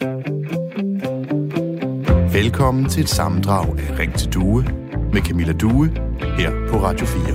Velkommen til et sammendrag af Ring til Due med Camilla Due her på Radio 4.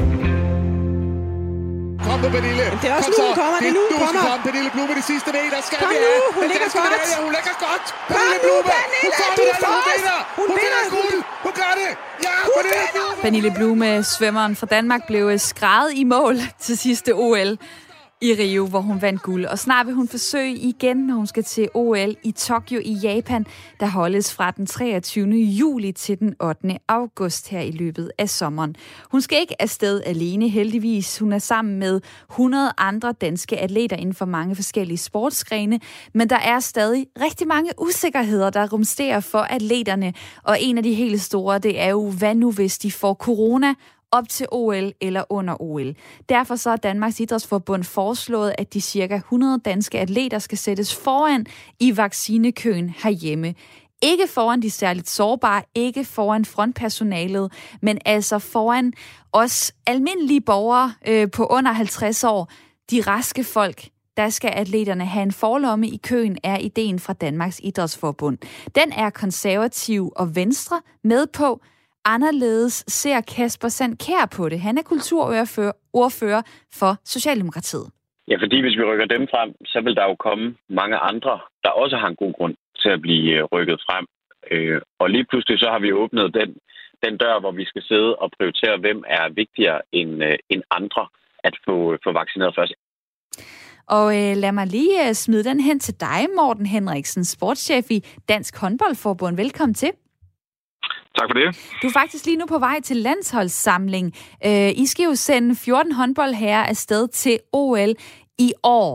Kom nu, Pernille. Det er også nu, hun kommer. Det er nu, hun kommer. Kom, Pernille Blume, det sidste meter. Skal Kom vi nu, have. hun ligger godt. Hun ligger godt. Pernille Blume. Hun får det, hun vinder. Hun vinder guld. Hun gør det. Ja, Pernille Blume. Pernille Blume, svømmeren fra Danmark, blev skrædet i mål til sidste OL i Rio, hvor hun vandt guld. Og snart vil hun forsøge igen, når hun skal til OL i Tokyo i Japan, der holdes fra den 23. juli til den 8. august her i løbet af sommeren. Hun skal ikke afsted alene, heldigvis. Hun er sammen med 100 andre danske atleter inden for mange forskellige sportsgrene, men der er stadig rigtig mange usikkerheder, der rumsterer for atleterne. Og en af de helt store, det er jo, hvad nu hvis de får corona op til OL eller under OL. Derfor så har Danmarks Idrætsforbund foreslået, at de cirka 100 danske atleter skal sættes foran i vaccinekøen herhjemme. Ikke foran de særligt sårbare, ikke foran frontpersonalet, men altså foran os almindelige borgere på under 50 år, de raske folk. Der skal atleterne have en forlomme i køen, er ideen fra Danmarks Idrætsforbund. Den er konservativ og venstre med på. Anderledes ser Kasper Sandkjær på det. Han er kulturordfører for Socialdemokratiet. Ja, fordi hvis vi rykker dem frem, så vil der jo komme mange andre, der også har en god grund til at blive rykket frem. Og lige pludselig så har vi åbnet den dør, hvor vi skal sidde og prioritere, hvem er vigtigere end andre at få vaccineret først. Og lad mig lige smide den hen til dig, Morten Henriksen, sportschef i Dansk Håndboldforbund. Velkommen til. Tak for det. Du er faktisk lige nu på vej til landsholdssamling. I skal jo sende 14 håndboldherrer afsted til OL i år.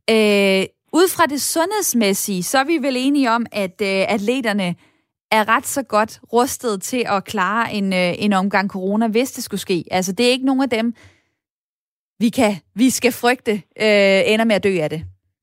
Ud fra det sundhedsmæssige, så er vi vel enige om, at atleterne er ret så godt rustet til at klare en omgang corona, hvis det skulle ske. Altså, det er ikke nogen af dem, vi skal frygte ender med at dø af det.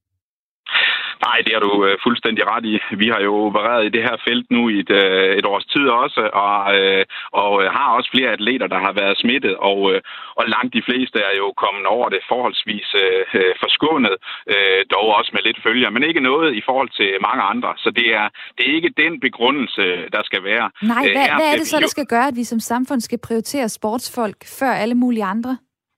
Nej, det er du fuldstændig ret i. Vi har jo opereret i det her felt nu i et års tid også, og har også flere atleter, der har været smittet, og langt de fleste er jo kommet over det forholdsvis forskånet, dog også med lidt følger, men ikke noget i forhold til mange andre. Så det er ikke den begrundelse, der skal være. Nej, hvad er det så, der skal gøre, at vi som samfund skal prioritere sportsfolk før alle mulige andre?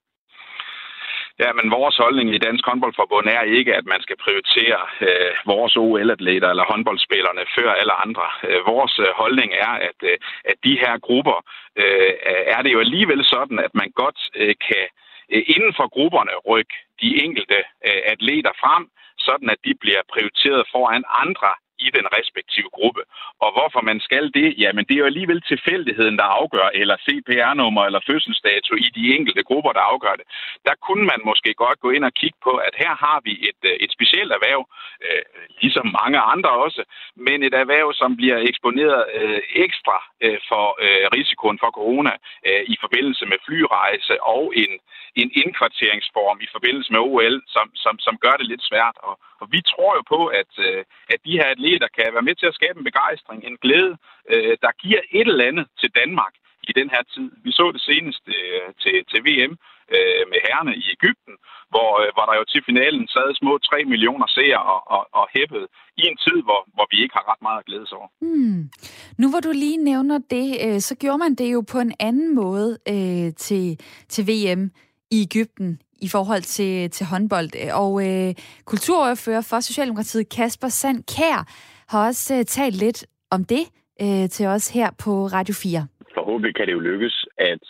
Ja, men vores holdning i Dansk Håndboldforbund er ikke, at man skal prioritere vores OL-atleter eller håndboldspillerne før alle andre. Vores holdning er, at de her grupper er det jo alligevel sådan, at man godt kan inden for grupperne rykke de enkelte atleter frem, sådan at de bliver prioriteret foran andre i den respektive gruppe. Og hvorfor man skal det? Jamen, det er jo alligevel tilfældigheden, der afgør, eller CPR-nummer eller fødselsdato i de enkelte grupper, der afgør det. Der kunne man måske godt gå ind og kigge på, at her har vi et specielt erhverv, ligesom mange andre også, men et erhverv, som bliver eksponeret ekstra for risikoen for corona i forbindelse med flyrejse og en indkvarteringsform i forbindelse med OL, som gør det lidt svært. Og vi tror jo på, at de her atleter kan være med til at skabe en begejstring, en glæde, der giver et eller andet til Danmark i den her tid. Vi så det senest til VM med herrerne i Egypten, hvor der jo til finalen sad små 3 millioner seere og hæppede i en tid, hvor vi ikke har ret meget at glæde sig over. Nu hvor du lige nævner det, så gjorde man det jo på en anden måde til VM i Egypten i forhold til håndbold. Og kulturordfører for Socialdemokratiet, Kasper Sandkjær, har også talt lidt om det til os her på Radio 4. Forhåbentlig kan det jo lykkes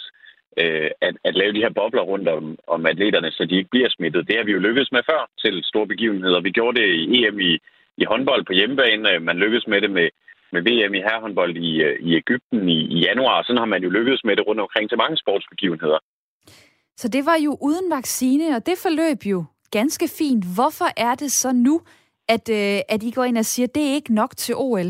at lave de her bobler rundt om atleterne, så de ikke bliver smittet. Det har vi jo lykkedes med før til store begivenheder. Vi gjorde det i EM i håndbold på hjemmebane. Man lykkedes med det med VM i herrehåndbold i Egypten i januar. Sådan har man jo lykkedes med det rundt omkring til mange sportsbegivenheder. Så det var jo uden vaccine, og det forløb jo ganske fint. Hvorfor er det så nu, at I går ind og siger, at det er ikke nok til OL?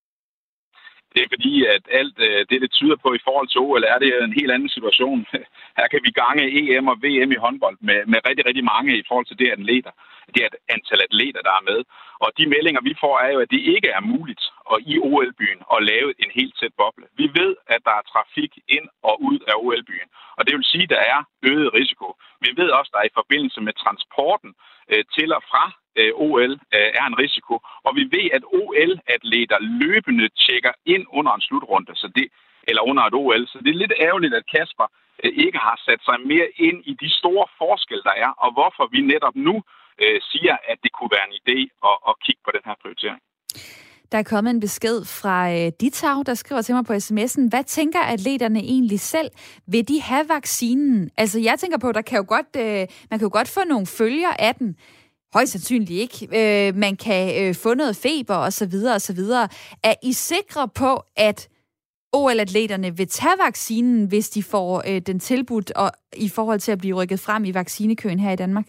Det er fordi, at alt det tyder på i forhold til OL, er det en helt anden situation. Her kan vi gange EM og VM i håndbold med rigtig, rigtig mange i forhold til det antal atleter, der er med. Og de meldinger, vi får, er jo, at det ikke er muligt i OL-byen at lave en helt tæt boble. Vi ved, at der er trafik ind og ud af OL-byen, og det vil sige, at der er øget risiko. Vi ved også, at der i forbindelse med transporten til og fra OL er en risiko, og vi ved, at OL-atleter løbende tjekker ind under en slutrunde, eller under et OL. Så det er lidt ærgerligt, at Kasper ikke har sat sig mere ind i de store forskelle, der er, og hvorfor vi netop nu siger, at det kunne være en idé at kigge på den her prioritering. Der er kommet en besked fra Ditau, der skriver til mig på sms'en, hvad tænker atleterne egentlig selv? Vil de have vaccinen? Altså, jeg tænker på, man kan jo godt få nogle følger af den. Højst sandsynligt ikke. Man kan få noget feber osv. osv. Er I sikre på, at OL-atleterne vil tage vaccinen, hvis de får den tilbudt og i forhold til at blive rykket frem i vaccinekøen her i Danmark?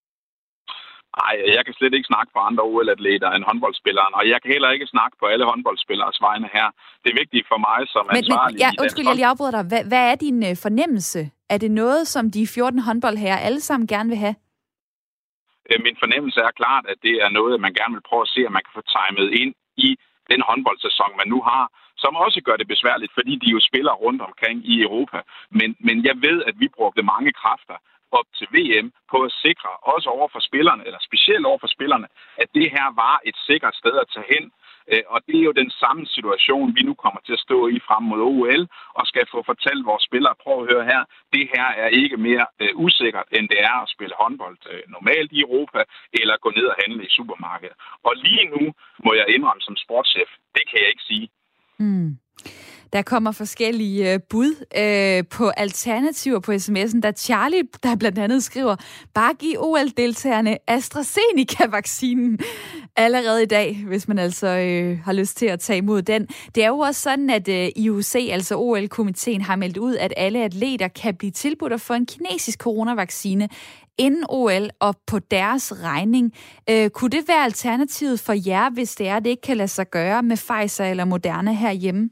Nej, jeg kan slet ikke snakke for andre OL-atleter end håndboldspilleren, og jeg kan heller ikke snakke på alle håndboldspilleres vegne her. Det er vigtigt for mig som ansvarlig... Undskyld, jeg lige afbryder dig. Hvad er din fornemmelse? Er det noget, som de 14 håndboldherrer alle sammen gerne vil have? Min fornemmelse er klart, at det er noget, man gerne vil prøve at se, at man kan få timet ind i den håndboldsæson, man nu har, som også gør det besværligt, fordi de jo spiller rundt omkring i Europa. Men jeg ved, at vi brugte mange kræfter op til VM på at sikre, også over for spillerne, eller specielt over for spillerne, at det her var et sikkert sted at tage hen. Og det er jo den samme situation, vi nu kommer til at stå i frem mod OL, og skal få fortalt vores spillere, prøv at høre her, det her er ikke mere usikkert, end det er at spille håndbold normalt i Europa, eller gå ned og handle i supermarkedet. Og lige nu må jeg indrømme som sportschef, det kan jeg ikke sige. Der kommer forskellige bud på alternativer på sms'en. Der er Charlie, der blandt andet skriver, bare giv OL-deltagerne AstraZeneca-vaccinen allerede i dag, hvis man altså har lyst til at tage imod den. Det er jo også sådan, at IOC, altså OL-komiteen, har meldt ud, at alle atleter kan blive tilbudt at få en kinesisk coronavaccine inden OL og på deres regning. Kunne det være alternativet for jer, hvis det ikke kan lade sig gøre med Pfizer eller Moderna herhjemme?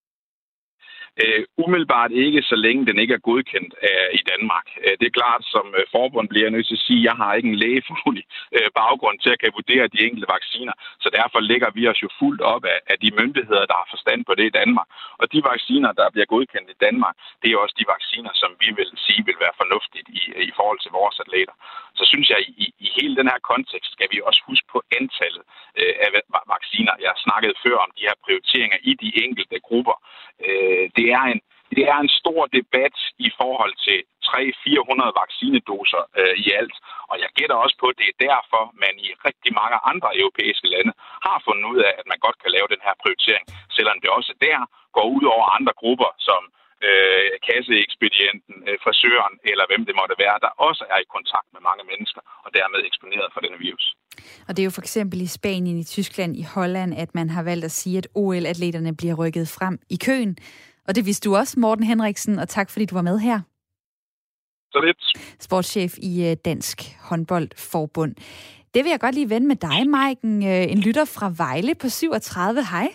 Umiddelbart ikke, så længe den ikke er godkendt i Danmark. Det er klart, som forbund bliver jeg nødt til at sige, at jeg har ikke en lægefaglig baggrund til at kan vurdere de enkelte vacciner, så derfor lægger vi os jo fuldt op af de myndigheder, der har forstand på det i Danmark. Og de vacciner, der bliver godkendt i Danmark, det er også de vacciner, som vi vil sige vil være fornuftigt i forhold til vores atleter. Så synes jeg, i hele den her kontekst skal vi også huske på antallet af vacciner. Jeg snakkede før om de her prioriteringer i de enkelte grupper. Det er en stor debat i forhold til 300-400 vaccinedoser i alt. Og jeg gætter også på, at det er derfor, man i rigtig mange andre europæiske lande har fundet ud af, at man godt kan lave den her prioritering, selvom det også der går ud over andre grupper, som kasseekspedienten, frisøren eller hvem det måtte være, der også er i kontakt med mange mennesker og dermed eksponeret for denne virus. Og det er jo for eksempel i Spanien, i Tyskland, i Holland, at man har valgt at sige, at OL-atleterne bliver rykket frem i køen. Og det vidste du også, Morten Henriksen, og tak fordi du var med her. Så lidt. Sportschef i Dansk Håndboldforbund. Det vil jeg godt lige vende med dig, Maiken. En lytter fra Vejle på 37. Hej.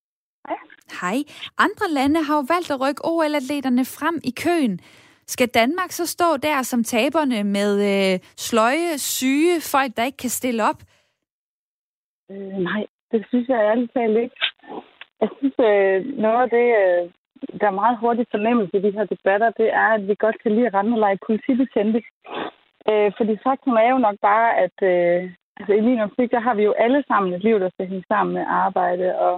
Hej. Andre lande har jo valgt at rykke OL-atleterne frem i køen. Skal Danmark så stå der som taberne med sløje, syge folk, der ikke kan stille op? Nej, det synes jeg ærligt talt ikke. Jeg synes, noget af det, der er meget hurtigt fornemmelse i de her debatter, det er, at vi godt kan lide at rende og lege politibetjente. Fordi faktum er jo nok bare, at i min optik, der har vi jo alle sammen et liv, der skal hænge sammen med arbejde og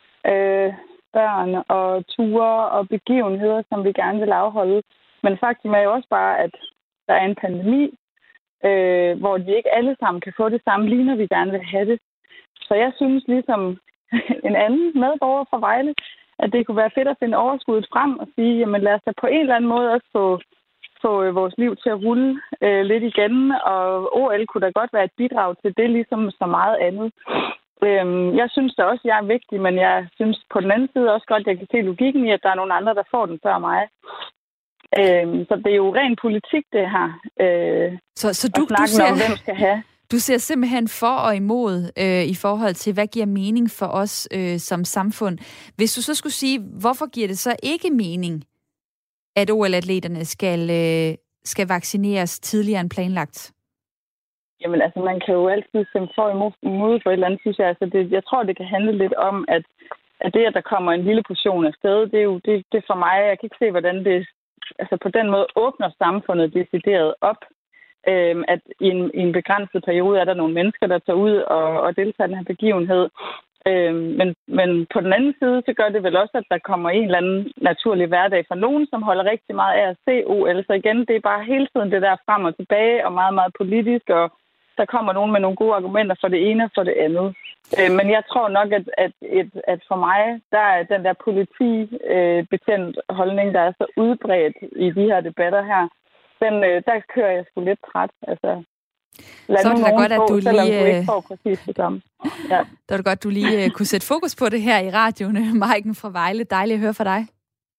børn og ture og begivenheder, som vi gerne vil afholde. Men faktum er jo også bare, at der er en pandemi, hvor de ikke alle sammen kan få det samme, lige når vi gerne vil have det. Så jeg synes ligesom en anden medborger fra Vejle, at det kunne være fedt at finde overskuddet frem og sige, jamen lad os da på en eller anden måde også få vores liv til at rulle lidt igen. Og OL kunne da godt være et bidrag til det, ligesom så meget andet. Jeg synes da også, at jeg er vigtig, men jeg synes på den anden side også godt, at jeg kan se logikken i, at der er nogle andre, der får den før mig. Så det er jo ren politik, det her. Så du ser, om, hvem skal have. Du ser simpelthen for og imod i forhold til, hvad giver mening for os som samfund. Hvis du så skulle sige, hvorfor giver det så ikke mening, at OL-atleterne skal vaccineres tidligere end planlagt? Jamen altså, man kan jo altid stemme for imod for et eller andet, synes jeg. Altså, jeg tror, det kan handle lidt om, at det, at der kommer en lille portion af sted, det er jo det for mig. Jeg kan ikke se, hvordan det altså på den måde åbner samfundet decideret op. At i en begrænset periode er der nogle mennesker, der tager ud og deltager i den her begivenhed. Men på den anden side, så gør det vel også, at der kommer en eller anden naturlig hverdag for nogen, som holder rigtig meget af at se OL. Så igen, det er bare hele tiden det der frem og tilbage, og meget, meget politisk, og der kommer nogen med nogle gode argumenter for det ene og for det andet. Men jeg tror nok, at for mig, der er den der politibetjent holdning, der er så udbredt i de her debatter her, der kører jeg sgu lidt træt. Altså, så er det da godt, at du lige... ikke får præcis det samme. Ja. Det var det godt, du lige kunne sætte fokus på det her i radioen. Maiken fra Vejle, dejligt at høre fra dig.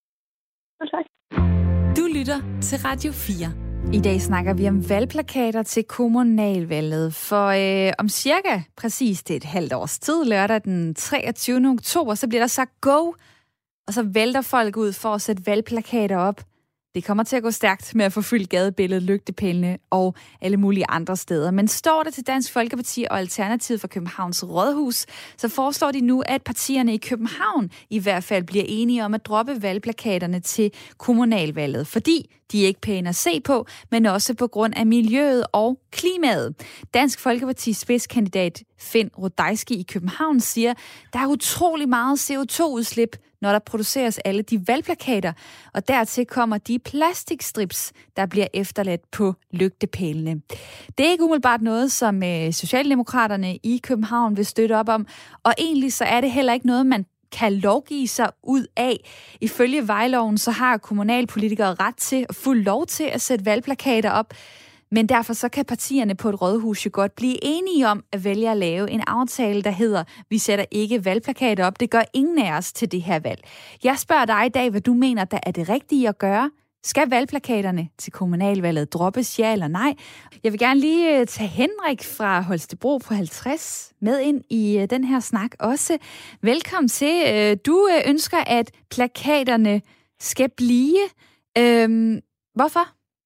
Tak. Du lytter til Radio 4. I dag snakker vi om valgplakater til kommunalvalget. For om cirka præcis det et halvt års tid, lørdag den 23. oktober, så bliver der sagt go, og så vælter folk ud for at sætte valgplakater op. Det kommer til at gå stærkt med at forfylde gadebilledet, lygtepælene og alle mulige andre steder. Men står det til Dansk Folkeparti og Alternativet for Københavns Rådhus, så foreslår de nu, at partierne i København i hvert fald bliver enige om at droppe valgplakaterne til kommunalvalget. Fordi de er ikke pæne at se på, men også på grund af miljøet og klimaet. Dansk Folkepartis spidskandidat Finn Rodajski i København siger, der er utrolig meget CO2-udslip, når der produceres alle de valgplakater, og dertil kommer de plastikstrips, der bliver efterladt på lygtepælene. Det er ikke umiddelbart noget, som Socialdemokraterne i København vil støtte op om, og egentlig så er det heller ikke noget, man kan lovgive sig ud af. Ifølge vejloven så har kommunalpolitikere ret til og fuld lov til at sætte valgplakater op, men derfor så kan partierne på et rådhus jo godt blive enige om at vælge at lave en aftale, der hedder, vi sætter ikke valgplakater op. Det gør ingen af os til det her valg. Jeg spørger dig i dag, hvad du mener, der er det rigtige at gøre. Skal valgplakaterne til kommunalvalget droppes, ja eller nej? Jeg vil gerne lige tage Henrik fra Holstebro på 50 med ind i den her snak også. Velkommen til. Du ønsker, at plakaterne skal blive. Hvorfor?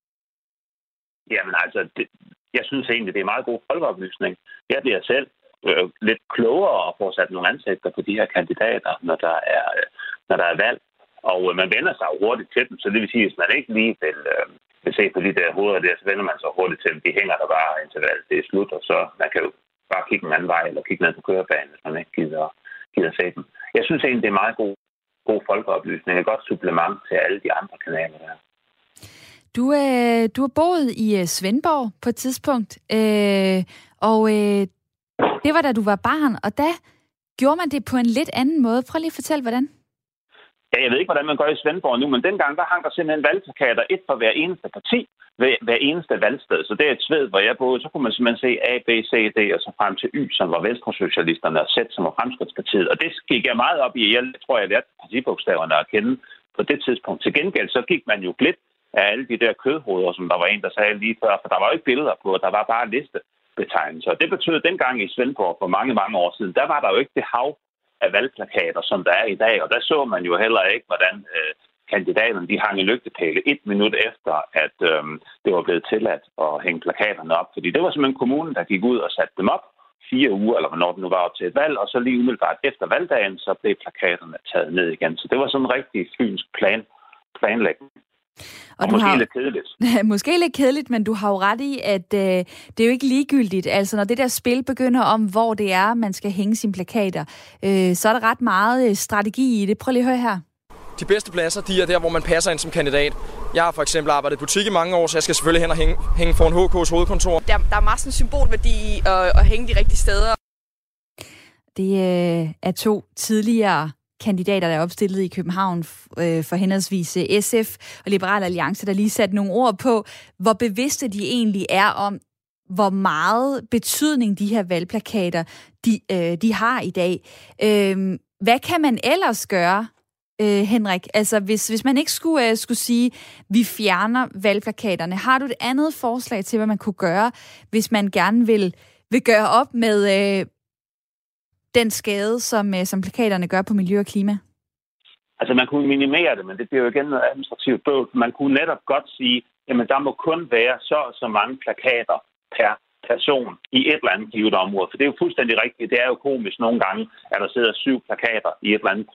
Jamen altså, jeg synes egentlig, det er meget god folkeoplysning. Jeg bliver selv lidt klogere og får sat nogle ansigter på de her kandidater, når der er valg. Og man vender sig hurtigt til dem, så det vil sige, at hvis man ikke lige vil se på de der hoveder der, så vender man sig hurtigt til dem. De hænger der bare indtil valget det er slut, og så man kan jo bare kigge en anden vej, eller kigge ned på kørebanen, hvis man ikke gider se dem. Jeg synes egentlig, det er meget god folkeoplysning. Et godt supplement til alle de andre kanaler der. Du har boet i Svendborg på et tidspunkt, og det var da du var barn, og da gjorde man det på en lidt anden måde. Prøv lige at fortælle, hvordan? Ja, jeg ved ikke, hvordan man gør i Svendborg nu, men dengang der hang der simpelthen valgplakater, et for hver eneste parti, ved hver eneste valgsted. Så det er et Sved, hvor jeg boede, så kunne man simpelthen se A, B, C, D, og så frem til Y, som var Venstresocialisterne, og Z, som var Fremskridtspartiet. Og det gik jeg meget op i. Jeg tror, jeg lærte partibogstaverne at kende på det tidspunkt. Til gengæld, så gik man jo glip af alle de der kødhoveder, som der var en, der sagde lige før, for der var jo ikke billeder på, der var bare listebetegnelser. Det betød dengang i Svendborg for mange, mange år siden, der var der jo ikke det hav af valgplakater, som der er i dag, og der så man jo heller ikke, hvordan kandidaterne de hang i lygtepæle 1 minut efter, at det var blevet tilladt at hænge plakaterne op. Fordi det var simpelthen kommunen, der gik ud og satte dem op 4 uger, eller hvornår det nu var op til et valg, og så lige umiddelbart efter valgdagen, så blev plakaterne taget ned igen. Så det var sådan en rigtig fynsk planlægning. Og måske lidt kedeligt. Måske lidt kedeligt, men du har jo ret i, at det er jo ikke ligegyldigt. Altså, når det der spil begynder om, hvor det er, man skal hænge sine plakater, så er der ret meget strategi i det. Prøv lige at høre her. De bedste pladser, de er der, hvor man passer ind som kandidat. Jeg har for eksempel arbejdet i butik i mange år, så jeg skal selvfølgelig hen og hænge foran HK's hovedkontor. Der er meget sådan symbolværdi i at hænge de rigtige steder. Det er 2 tidligere kandidater, der er opstillet i København for henholdsvis SF og Liberal Alliance, der lige satte nogle ord på, hvor bevidste de egentlig er om, hvor meget betydning de her valgplakater, de har i dag. Hvad kan man ellers gøre, Henrik? Altså, hvis man ikke skulle sige, vi fjerner valgplakaterne, har du et andet forslag til, hvad man kunne gøre, hvis man gerne vil gøre op med den skade, som plakaterne gør på miljø og klima? Altså, man kunne minimere det, men det bliver jo igen noget administrativt bøvl. Man kunne netop godt sige, jamen der må kun være så mange plakater per person i et eller andet givet område. For det er jo fuldstændig rigtigt. Det er jo komisk nogle gange, at der sidder 7 plakater i et eller andet kryds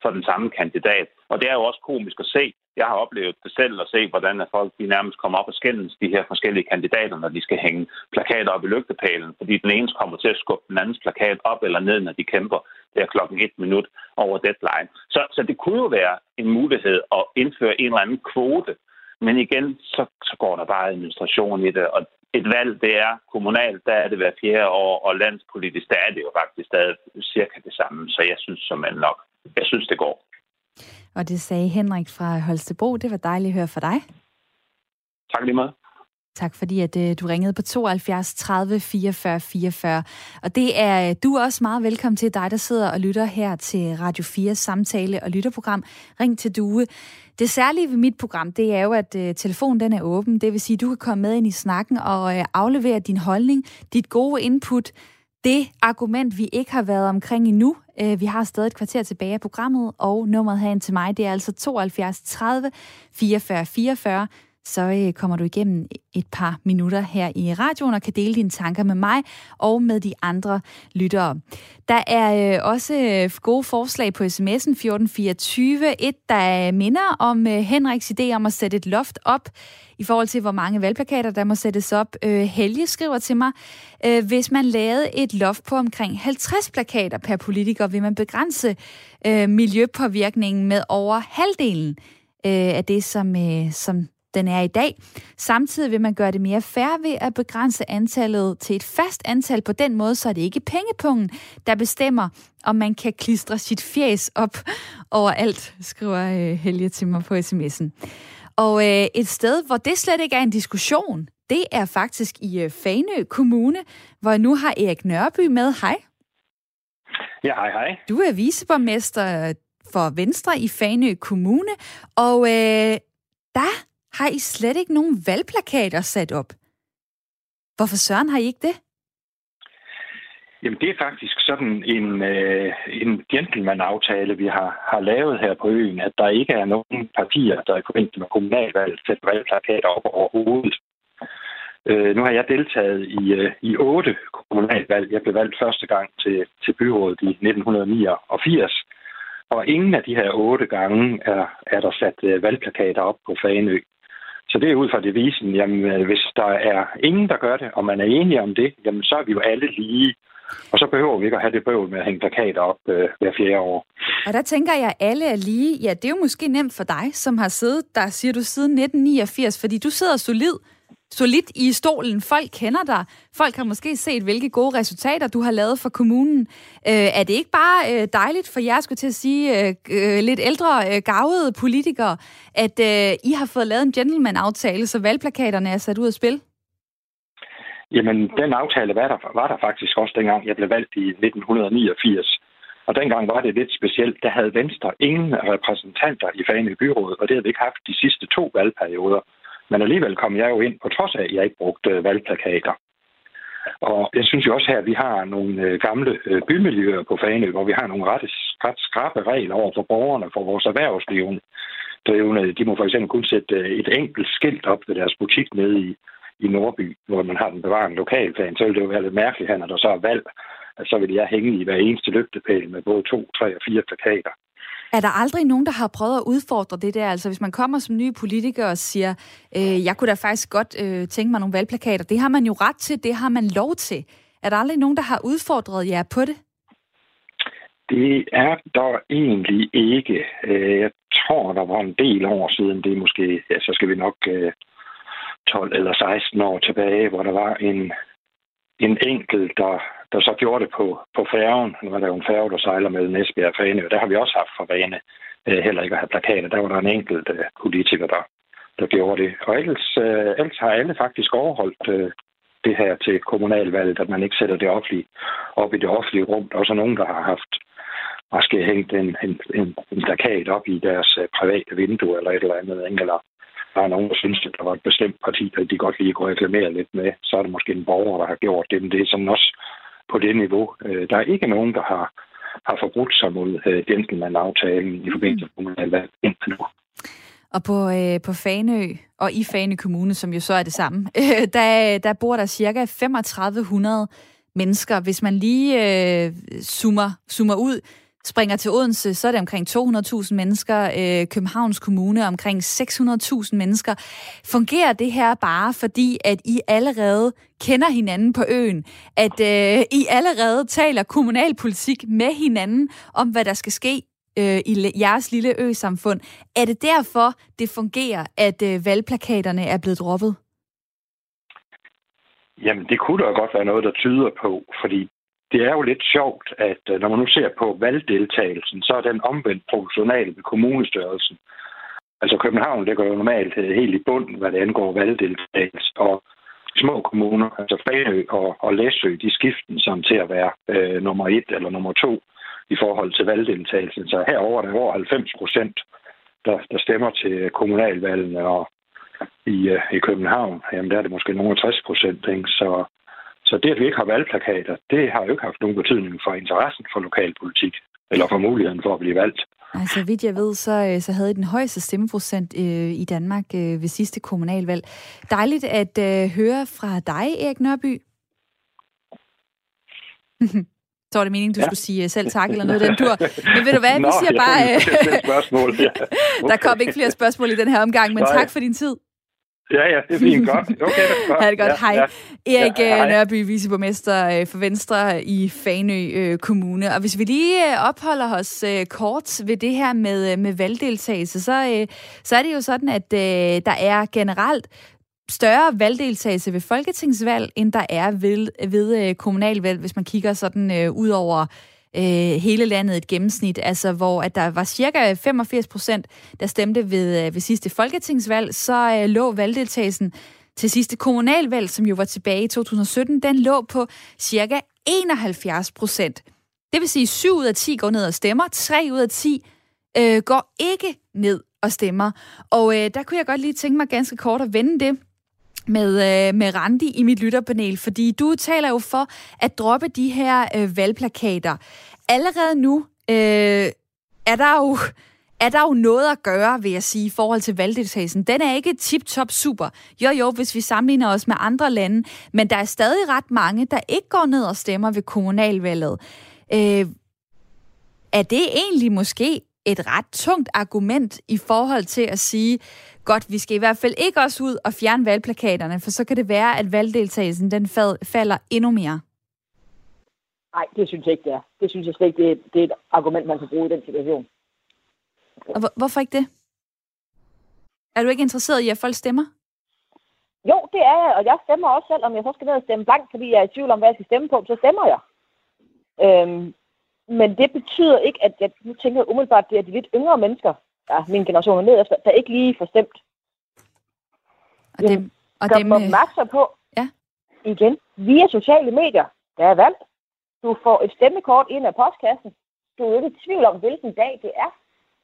for den samme kandidat. Og det er jo også komisk at se. Jeg har oplevet det selv at se, hvordan folk de nærmest kommer op og skændes, de her forskellige kandidater, når de skal hænge plakater op i lygtepælen, fordi den ene kommer til at skubbe den andens plakat op eller ned, når de kæmper der klokken 1 minut over deadline. Så det kunne jo være en mulighed at indføre en eller anden kvote, men igen, så går der bare administration i det, og et valg, det er kommunalt, der er det hver 4. år, og landspolitisk, der er det jo faktisk stadig cirka det samme, så jeg synes, det går. Og det sagde Henrik fra Holstebro. Det var dejligt at høre fra dig. Tak lige meget. Tak fordi, at du ringede på 72 30 44 44. Og det er du også meget velkommen til, dig der sidder og lytter her til Radio 4's samtale- og lytterprogram Ring til Due. Det særlige ved mit program, det er jo, at telefonen den er åben. Det vil sige, at du kan komme med ind i snakken og aflevere din holdning, dit gode input, det argument, vi ikke har været omkring endnu. Vi har stadig et kvarter tilbage af programmet, og nummeret herind til mig, det er altså 72 30 44 44. Så kommer du igennem et par minutter her i radioen og kan dele dine tanker med mig og med de andre lyttere. Der er også gode forslag på sms'en 1424. Et, der minder om Henriks idé om at sætte et loft op i forhold til, hvor mange valgplakater, der må sættes op. Helge skriver til mig, hvis man lavede et loft på omkring 50 plakater per politiker, vil man begrænse miljøpåvirkningen med over halvdelen af det, som den er i dag. Samtidig vil man gøre det mere fair ved at begrænse antallet til et fast antal på den måde, så er det ikke pengepungen, der bestemmer, om man kan klistre sit fjæs op overalt, skriver Helge til mig på sms'en. Og et sted, hvor det slet ikke er en diskussion, det er faktisk i Fanø Kommune, hvor jeg nu har Erik Nørby med. Hej. Ja, hej. Du er viceborgmester for Venstre i Fanø Kommune, og der har I slet ikke nogen valgplakater sat op. Hvorfor søren har I ikke det? Jamen, det er faktisk sådan en gentleman-aftale, vi har lavet her på øen, at der ikke er nogen partier, der i forbindelse med kommunalvalget sætter valgplakater op overhovedet. Nu har jeg deltaget i 8 kommunalvalg. Jeg blev valgt første gang til byrådet i 1989, og ingen af de her 8 gange er der sat valgplakater op på Fanø. Så det er ud fra devisen, jamen hvis der er ingen, der gør det, og man er enige om det, jamen så er vi jo alle lige. Og så behøver vi ikke at have det bøvl med at hænge plakater op hver 4. år. Og der tænker jeg, at alle er lige. Ja, det er jo måske nemt for dig, som har siddet der, siger du, siden 1989, fordi du sidder solidt i stolen. Folk kender dig. Folk har måske set, hvilke gode resultater du har lavet for kommunen. Er det ikke bare dejligt for jer, skulle til at sige, lidt ældre, garvede politikere, at I har fået lavet en gentleman-aftale, så valgplakaterne er sat ud af spil? Jamen, den aftale var der faktisk også dengang, jeg blev valgt i 1989. Og dengang var det lidt specielt. Der havde Venstre ingen repræsentanter i Fanø Byrådet, og det havde vi ikke haft de sidste 2 valgperioder. Men alligevel kom jeg jo ind, på trods af, at jeg ikke brugte valgplakater. Og jeg synes jo også her, at vi har nogle gamle bymiljøer på Fanø, hvor vi har nogle ret skrappe regler over for borgerne, for vores erhvervsdrivende. De må for eksempel kun sætte et enkelt skilt op ved deres butik nede i Nordby, hvor man har den bevarende lokalplan. Så vil det jo være lidt mærkeligt her, når der så er valg. Så vil jeg hænge i hver eneste lygtepæl med både 2, 3 og 4 plakater. Er der aldrig nogen, der har prøvet at udfordre det der? Altså hvis man kommer som ny politiker og siger, jeg kunne da faktisk godt tænke mig nogle valgplakater. Det har man jo ret til, det har man lov til. Er der aldrig nogen, der har udfordret jer på det? Det er der egentlig ikke. Jeg tror, der var en del år siden. Det er måske, ja, så skal vi nok 12 eller 16 år tilbage, hvor der var en enkelt, der så gjorde det på færgen. Nu var der jo en færge, der sejler mellem Esbjerg og Fanø, og der har vi også haft for vane heller ikke at have plakater. Der var der en enkelt politiker, der gjorde det. Og ellers har alle faktisk overholdt det her til kommunalvalget, at man ikke sætter det offentlige op i det offentlige rum. Der er også nogen, der har haft måske hængt en plakat op i deres private vindue eller et eller andet, eller der er nogen, der synes, at der var et bestemt parti, at de godt lige kunne reklamere lidt med. Så er det måske en borger, der har gjort det, men det er sådan også på det niveau. Der er ikke nogen, der har forbrudt sig mod gentleman-aftalen i forbindelse med kommunalvalget indtil nu. Og på Fanø og i Fanø Kommune, som jo så er det samme, der bor der cirka 3500 mennesker. Hvis man lige zoomer ud, springer til Odense, så er det omkring 200.000 mennesker. Københavns Kommune omkring 600.000 mennesker. Fungerer det her bare fordi, at I allerede kender hinanden på øen? At I allerede taler kommunalpolitik med hinanden om, hvad der skal ske i jeres lille ø-samfund? Er det derfor, det fungerer, at valgplakaterne er blevet droppet? Jamen, det kunne da godt være noget, der tyder på, fordi det er jo lidt sjovt, at når man nu ser på valgdeltagelsen, så er den omvendt proportional med kommunestørrelsen. Altså København, det går jo normalt helt i bund, hvad det angår valgdeltagelse, og små kommuner, altså Fanø og Læsø, de skifter som til at være nummer 1 eller nummer 2 i forhold til valgdeltagelsen. Så herover er der over 90%, der stemmer til kommunalvalgene, og i København, jamen der er det måske nogle 60%. Så det, at vi ikke har valgplakater, det har jo ikke haft nogen betydning for interessen for lokalpolitik, eller for muligheden for at blive valgt. Altså, vidt jeg ved, så havde I den højeste stemmeprocent i Danmark ved sidste kommunalvalg. Dejligt at høre fra dig, Erik Nørby. Så var det meningen, du skulle sige selv tak eller noget den tur. Men ved du hvad, vi siger bare... Der kom ikke flere spørgsmål i den her omgang, men tak for din tid. Ja, det er fint. Godt. Okay, det er godt. Ha' det godt. Hej. Erik Nørby, viceborgmester for Venstre i Fanø Kommune. Og hvis vi lige opholder os kort ved det her med valgdeltagelse, så er det jo sådan, at der er generelt større valgdeltagelse ved folketingsvalg, end der er ved kommunalvalg, hvis man kigger sådan ud over hele landet et gennemsnit, altså hvor at der var cirka 85%, der stemte ved sidste folketingsvalg, så lå valgdeltagelsen til sidste kommunalvalg, som jo var tilbage i 2017, den lå på cirka 71%. Det vil sige, 7 ud af 10 går ned og stemmer, 3 ud af 10 går ikke ned og stemmer. Og der kunne jeg godt lige tænke mig ganske kort at vende det med Randi i mit lytterpanel, fordi du taler jo for at droppe de her valgplakater. Allerede nu er der jo noget at gøre, vil jeg sige, i forhold til valgdeltagelsen. Den er ikke tip-top super. Jo, hvis vi sammenligner os med andre lande, men der er stadig ret mange, der ikke går ned og stemmer ved kommunalvalget. Er det egentlig måske et ret tungt argument i forhold til at sige, godt, vi skal i hvert fald ikke også ud og fjerne valgplakaterne, for så kan det være, at valgdeltagelsen den falder endnu mere? Nej, det synes jeg ikke, det er. Det synes jeg slet ikke, det er et argument, man kan bruge i den situation. Og hvorfor ikke det? Er du ikke interesseret i, at folk stemmer? Jo, det er jeg, og jeg stemmer også selv, om jeg så skal ned og stemme blankt, fordi jeg er i tvivl om, hvad jeg skal stemme på, så stemmer jeg. Men det betyder ikke, at jeg nu tænker umiddelbart, at det er de lidt yngre mennesker, min generation er ned efter, der ikke lige får stemt. Og dem opmærksom på, igen, via sociale medier, der er valgt. Du får et stemmekort ind af postkassen. Du er ikke i tvivl om, hvilken dag det er.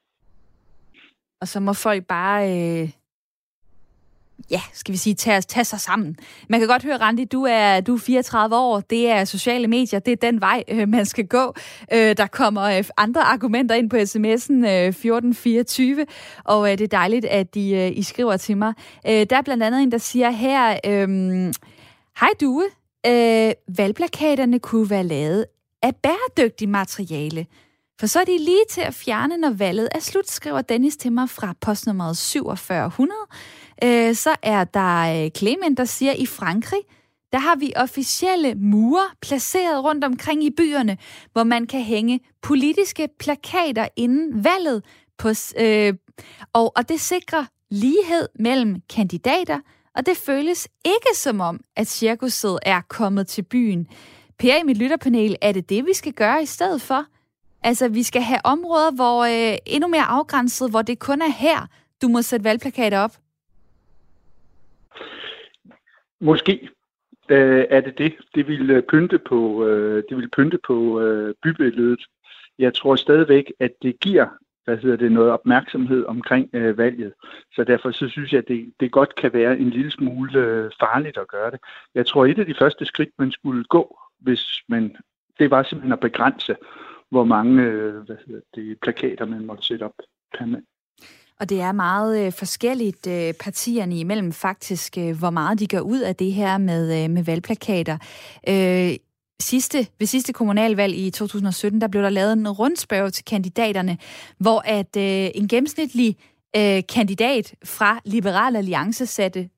Og så må folk bare, skal vi sige, tage sig sammen. Man kan godt høre, Randi, du er 34 år. Det er sociale medier. Det er den vej, man skal gå. Der kommer andre argumenter ind på sms'en 1424, og det er dejligt, at I skriver til mig. Der er blandt andet en, der siger her, hej Due, valgplakaterne kunne være lavet af bæredygtigt materiale. For så er de lige til at fjerne, når valget er slut, skriver Dennis til mig fra postnummeret 4700. Så er der Clement, der siger, i Frankrig, der har vi officielle mure placeret rundt omkring i byerne, hvor man kan hænge politiske plakater inden valget. Og det sikrer lighed mellem kandidater, og det føles ikke som om, at cirkuset er kommet til byen. Per, i mit lytterpanel, er det, vi skal gøre i stedet for? Altså, vi skal have områder, hvor endnu mere afgrænset, hvor det kun er her, du må sætte valgplakater op? Måske er det. Det vil pynte på bybilledet. Jeg tror stadigvæk, at det giver noget opmærksomhed omkring valget. Så derfor så synes jeg, at det godt kan være en lille smule farligt at gøre det. Jeg tror, et af de første skridt, man skulle gå, det var simpelthen at begrænse, hvor mange plakater man måtte sætte op permanent. Og det er meget forskelligt partierne imellem faktisk, hvor meget de gør ud af det her med valgplakater. ved sidste kommunalvalg i 2017, der blev der lavet en rundspørge til kandidaterne, hvor at en gennemsnitlig kandidat fra Liberal Alliance satte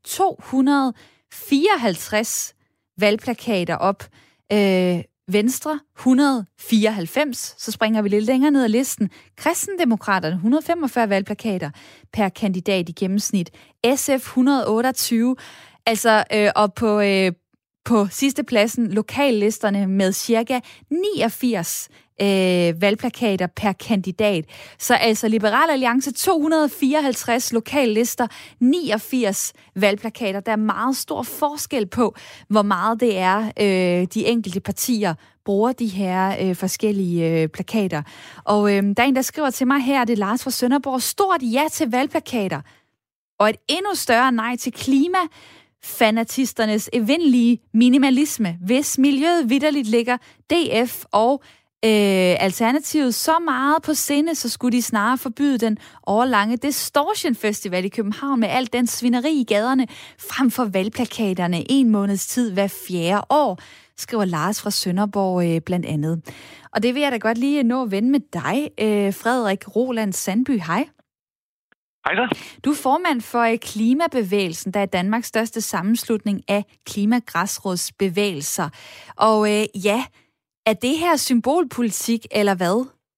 254 valgplakater op. Venstre 194, så springer vi lidt længere ned ad listen. Kristendemokraterne 145 valgplakater per kandidat i gennemsnit. SF 128, altså og på sidste pladsen lokallisterne med cirka 89 valgplakater per kandidat. Så altså Liberal Alliance 254 lokallister, 89 valgplakater. Der er meget stor forskel på, hvor meget det er, de enkelte partier bruger de her forskellige plakater. Og der er en, der skriver til mig her, det er Lars fra Sønderborg. Stort ja til valgplakater, og et endnu større nej til klimafanatisternes evindelige minimalisme, hvis miljøet vitterligt ligger DF og Alternativet så meget på sinde, så skulle de snarere forbyde den årlange Distortion Festival i København med alt den svineri i gaderne, frem for valgplakaterne 1 måneds tid hver 4. år, skriver Lars fra Sønderborg blandt andet. Og det vil jeg da godt lige nå at vende med dig, Frederik Roland Sandby. Hej. Hej så. Du er formand for Klimabevægelsen, der er Danmarks største sammenslutning af klimagræsrodsbevægelser. Og er det her symbolpolitik, eller hvad?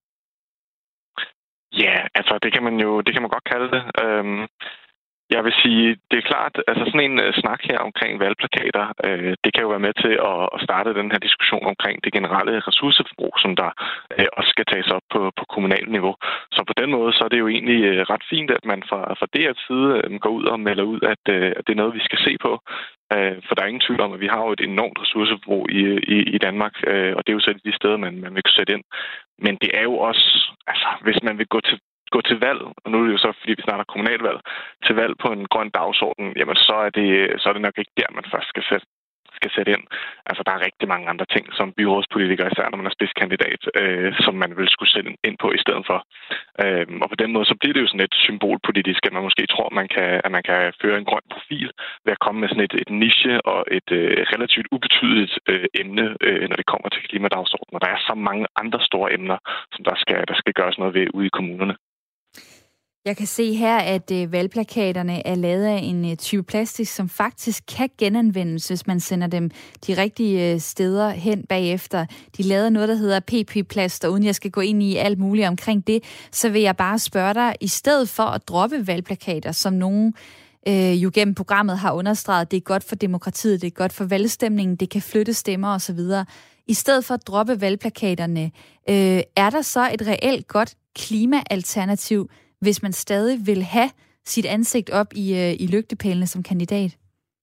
Ja, altså det kan man godt kalde det. Jeg vil sige, det er klart, altså sådan en snak her omkring valgplakater, det kan jo være med til at starte den her diskussion omkring det generelle ressourceforbrug, som der også skal tages op på kommunalt niveau. Så på den måde, så er det jo egentlig ret fint, at man fra DR's side går ud og melder ud, at det er noget, vi skal se på. For der er ingen tvivl om, at vi har jo et enormt ressourceforbrug i Danmark, og det er jo så de steder, man vil kunne sætte ind. Men det er jo også, altså hvis man vil gå til valg, og nu er det jo så, fordi vi snakker kommunalvalg, til valg på en grøn dagsorden, jamen så er det nok ikke der, man først skal sætte ind. Altså der er rigtig mange andre ting, som byrådspolitiker, især når man er spidskandidat, som man vil skulle sætte ind på i stedet for. Og på den måde, så bliver det jo sådan lidt symbolpolitisk, at man måske tror, at man kan føre en grøn profil ved at komme med sådan et niche og et relativt ubetydeligt emne, når det kommer til klimadagsordenen. Og der er så mange andre store emner, som der skal gøres noget ved ude i kommunerne. Jeg kan se her, at valgplakaterne er lavet af en type plastik, som faktisk kan genanvendes, hvis man sender dem de rigtige steder hen bagefter. De lavede noget, der hedder PP-plast, og uden jeg skal gå ind i alt muligt omkring det, så vil jeg bare spørge dig, i stedet for at droppe valgplakater, som nogen jo gennem programmet har understreget, det er godt for demokratiet, det er godt for valgstemningen, det kan flytte stemmer osv. I stedet for at droppe valgplakaterne, er der så et reelt godt klimaalternativ, hvis man stadig vil have sit ansigt op i lygtepælene som kandidat?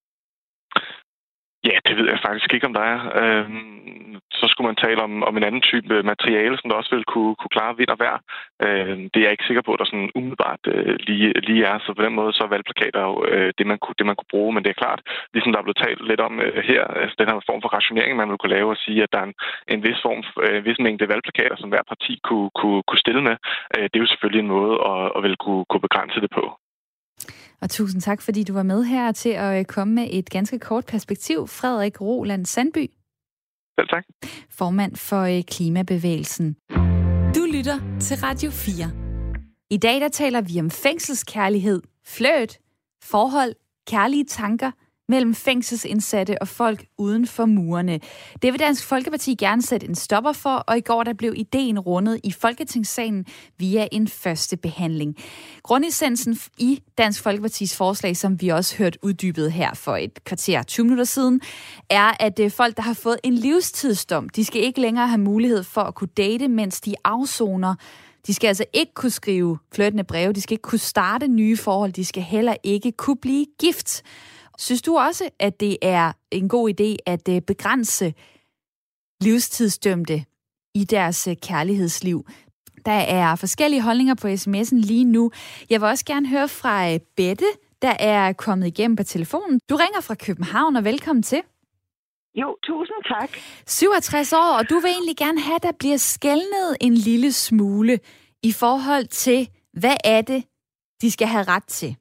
Ja, det ved jeg faktisk ikke, om der er. Så skulle man tale om en anden type materiale, som der også vil kunne klare vind og vejr. Det er jeg ikke sikker på, at der sådan umiddelbart lige er. Så på den måde så er valgplakater jo det, man kunne bruge. Men det er klart, ligesom der er blevet talt lidt om her, altså den her form for rationering, man vil kunne lave og sige, at der er en vis mængde valgplakater, som hver parti kunne stille med. Det er jo selvfølgelig en måde at vil kunne begrænse det på. Og tusind tak, fordi du var med her til at komme med et ganske kort perspektiv. Frederik Roland Sandby. Selv tak. Formand for Klimabevægelsen. Du lytter til Radio 4. I dag der taler vi om fængselskærlighed, flirt, forhold, kærlige tanker mellem fængselsindsatte og folk uden for murene. Det vil Dansk Folkeparti gerne sætte en stopper for, og i går der blev ideen rundet i Folketingssalen via en første behandling. Grundessensen i Dansk Folkepartis forslag, som vi også hørte uddybet her for et kvarter 20 minutter siden, er, at folk, der har fået en livstidsdom, de skal ikke længere have mulighed for at kunne date, mens de afsoner. De skal altså ikke kunne skrive flirtende breve, de skal ikke kunne starte nye forhold, de skal heller ikke kunne blive gift. Synes du også, at det er en god idé at begrænse livstidsdømte i deres kærlighedsliv? Der er forskellige holdninger på sms'en lige nu. Jeg vil også gerne høre fra Bette, der er kommet igennem på telefonen. Du ringer fra København, og velkommen til. Jo, tusind tak. 67 år, og du vil egentlig gerne have, at der bliver skelnet en lille smule i forhold til, hvad er det, de skal have ret til?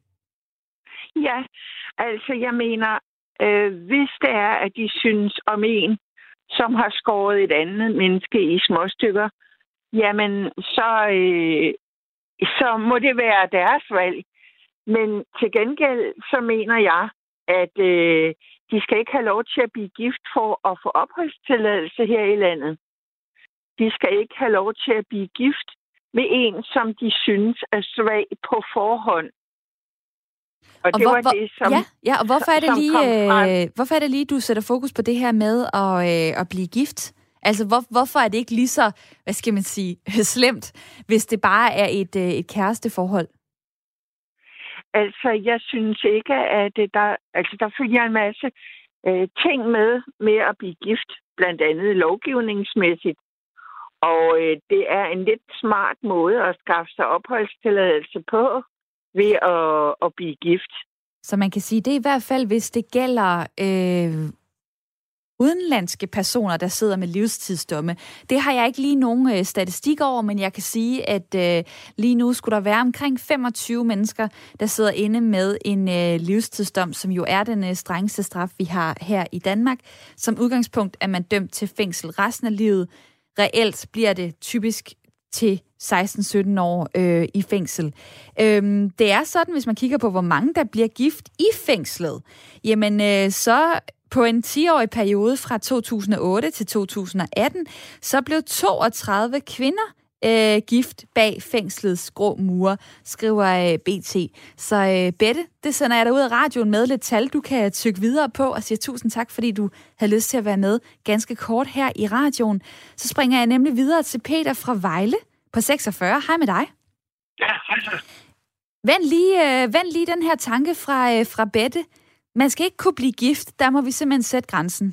Ja, altså jeg mener, hvis det er, at de synes om en, som har skåret et andet menneske i småstykker, jamen så må det være deres valg. Men til gengæld så mener jeg, at de skal ikke have lov til at blive gift for at få opholdstilladelse her i landet. De skal ikke have lov til at blive gift med en, som de synes er svag på forhånd. Og det var det, som... Og hvorfor er det lige, du sætter fokus på det her med at blive gift? Altså, hvorfor er det ikke lige så, hvad skal man sige, slemt, hvis det bare er et kæresteforhold? Altså, jeg synes ikke, at der følger en masse ting med at blive gift, blandt andet lovgivningsmæssigt. Og det er en lidt smart måde at skaffe sig opholdstilladelse på ved at blive gift. Så man kan sige, det er i hvert fald, hvis det gælder udenlandske personer, der sidder med livstidsdomme. Det har jeg ikke lige nogen statistik over, men jeg kan sige, at lige nu skulle der være omkring 25 mennesker, der sidder inde med en livstidsdom, som jo er den strengeste straf, vi har her i Danmark. Som udgangspunkt er man dømt til fængsel resten af livet. Reelt bliver det typisk til 16-17 år i fængsel. Det er sådan, hvis man kigger på, hvor mange der bliver gift i fængslet, jamen så på en 10-årig periode fra 2008 til 2018, så blev 32 kvinder gift bag fængslets grå mure, skriver BT. Så Bette, det sender jeg dig ud af radioen med lidt tal, du kan tykke videre på, og siger tusind tak, fordi du havde lyst til at være med ganske kort her i radioen. Så springer jeg nemlig videre til Peter fra Vejle på 46. Hej med dig. Ja, hej så. Vend lige den her tanke fra Bette. Man skal ikke kunne blive gift, der må vi simpelthen sætte grænsen.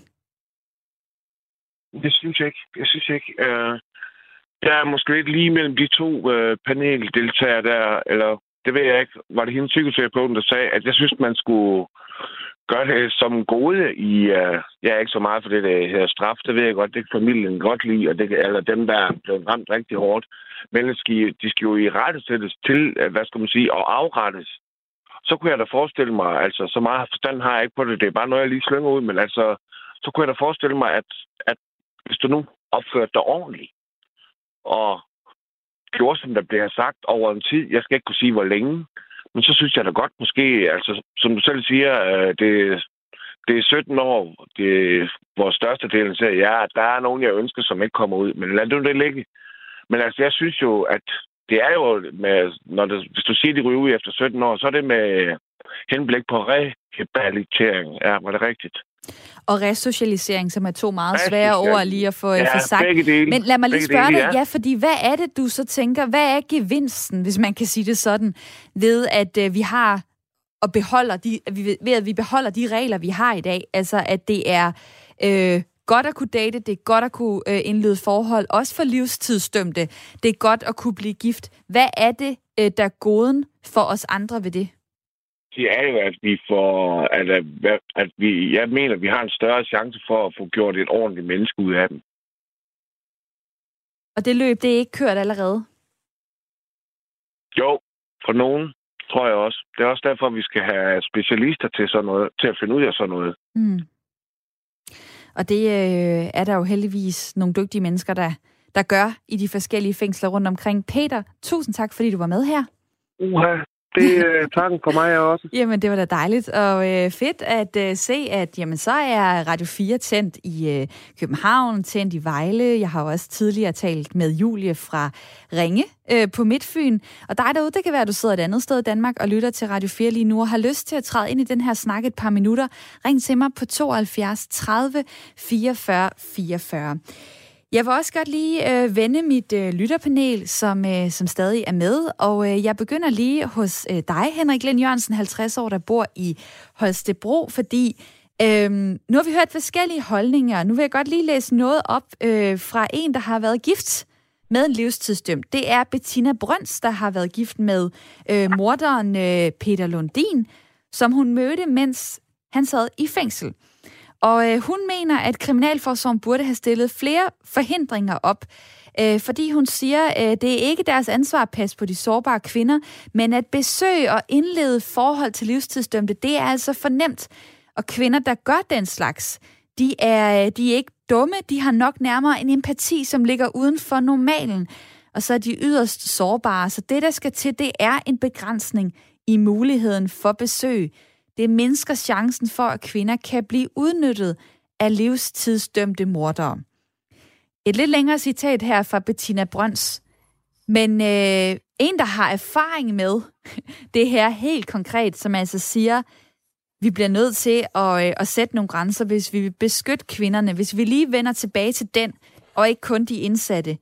Det synes jeg ikke. Der er måske lidt lige mellem de to paneldeltagere der, eller det ved jeg ikke, var det hende psykoterapeuten, der sagde, at jeg synes, man skulle gøre det som gode i, jeg er ikke så meget for det, der hedder straf, det ved jeg godt, det kan familien godt lide, og det, eller dem, der er blevet ramt rigtig hårdt, men de skal jo i rette sættes til, hvad skal man sige, og afrettes. Så kunne jeg da forestille mig, altså så meget forstand har jeg ikke på det, det er bare noget, jeg lige slynger ud, men altså, så kunne jeg da forestille mig, at hvis du nu opførte dig ordentligt, og gjorde, som der bliver sagt over en tid, jeg skal ikke kunne sige, hvor længe, men så synes jeg da godt måske, altså som du selv siger, det er 17 år, hvor størstedelen siger, ja, der er nogen, jeg ønsker, som ikke kommer ud, men lad det ligge. Men altså, jeg synes jo, at det er jo, hvis du siger, de ryger ud efter 17 år, så er det med henblik på rehabilitering. Ja, var det rigtigt? Og resocialisering, som er to meget svære ord lige at få sagt. Men lad mig lige spørge dig, fordi hvad er det, du så tænker, hvad er gevinsten, hvis man kan sige det sådan, ved at vi har og vi beholder de regler, vi har i dag? Altså, at det er godt at kunne date, det er godt at kunne indlede forhold, også for livstidsdømte. Det er godt at kunne blive gift. Hvad er det, der er goden for os andre ved det? Det er jo, at vi får, jeg mener, at vi har en større chance for at få gjort et ordentligt menneske ud af dem. Og det løb, det er ikke kørt allerede? Jo, for nogen tror jeg også. Det er også derfor, vi skal have specialister til sådan noget, til at finde ud af sådan noget. Mm. Og det er der jo heldigvis nogle dygtige mennesker, der gør i de forskellige fængsler rundt omkring. Peter, tusind tak, fordi du var med her. Det er takken for mig også. Jamen, det var da dejligt og fedt at se, at jamen, så er Radio 4 tændt i København, tændt i Vejle. Jeg har jo også tidligere talt med Julie fra Ringe på Midtfyn. Og dig derude, det kan være, at du sidder et andet sted i Danmark og lytter til Radio 4 lige nu og har lyst til at træde ind i den her snak et par minutter. Ring til mig på 72 30 44 44. Jeg vil også godt lige vende mit lytterpanel, som stadig er med, og jeg begynder lige hos dig, Henrik Lind Jørgensen, 50 år, der bor i Holstebro, fordi nu har vi hørt forskellige holdninger. Nu vil jeg godt lige læse noget op fra en, der har været gift med en livstidsdømt. Det er Bettina Brøns, der har været gift med morderen Peter Lundin, som hun mødte, mens han sad i fængsel. Og hun mener, at Kriminalforsorgen burde have stillet flere forhindringer op, fordi hun siger, at det er ikke deres ansvar at passe på de sårbare kvinder, men at besøge og indlede forhold til livstidsdømte, det er altså for nemt. Og kvinder, der gør den slags, de er ikke dumme, de har nok nærmere en empati, som ligger uden for normalen, og så er de yderst sårbare. Så det, der skal til, det er en begrænsning i muligheden for besøg. Det mindsker chancen for, at kvinder kan blive udnyttet af livstidsdømte mordere. Et lidt længere citat her fra Bettina Brøns. Men en, der har erfaring med det her helt konkret, som altså siger, vi bliver nødt til at sætte nogle grænser, hvis vi vil beskytte kvinderne, hvis vi lige vender tilbage til den, og ikke kun de indsatte.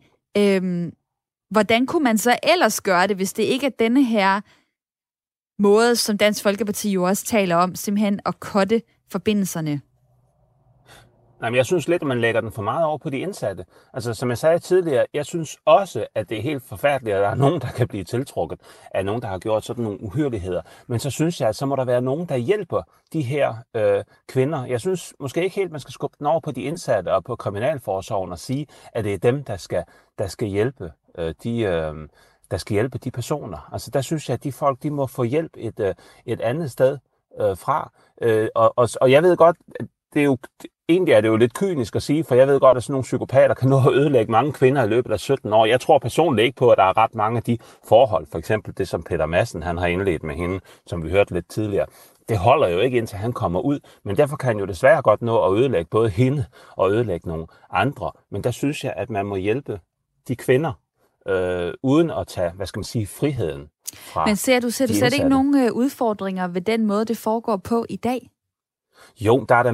Hvordan kunne man så ellers gøre det, hvis det ikke er denne her måde, som Dansk Folkeparti jo også taler om, simpelthen at cutte forbindelserne? Nej, men jeg synes lidt, at man lægger den for meget over på de indsatte. Altså, som jeg sagde tidligere, jeg synes også, at det er helt forfærdeligt, at der er nogen, der kan blive tiltrukket af nogen, der har gjort sådan nogle uhyrligheder. Men så synes jeg, at så må der være nogen, der hjælper de her kvinder. Jeg synes måske ikke helt, man skal skubbe den over på de indsatte og på kriminalforsorgen og sige, at det er dem, der skal hjælpe der skal hjælpe de personer. Altså, der synes jeg, at de folk, de må få hjælp et andet sted fra. Og jeg ved godt, det er jo egentlig er det jo lidt kynisk at sige, for jeg ved godt, at sådan nogle psykopater kan nå at ødelægge mange kvinder i løbet af 17 år. Jeg tror personligt ikke på, at der er ret mange af de forhold, for eksempel det, som Peter Madsen han har indledt med hende, som vi hørte lidt tidligere. Det holder jo ikke, indtil han kommer ud, men derfor kan han jo desværre godt nå at ødelægge både hende og ødelægge nogle andre. Men der synes jeg, at man må hjælpe de kvinder, uden at tage, friheden fra. Men ser du slet ikke nogen udfordringer ved den måde, det foregår på i dag? Jo, der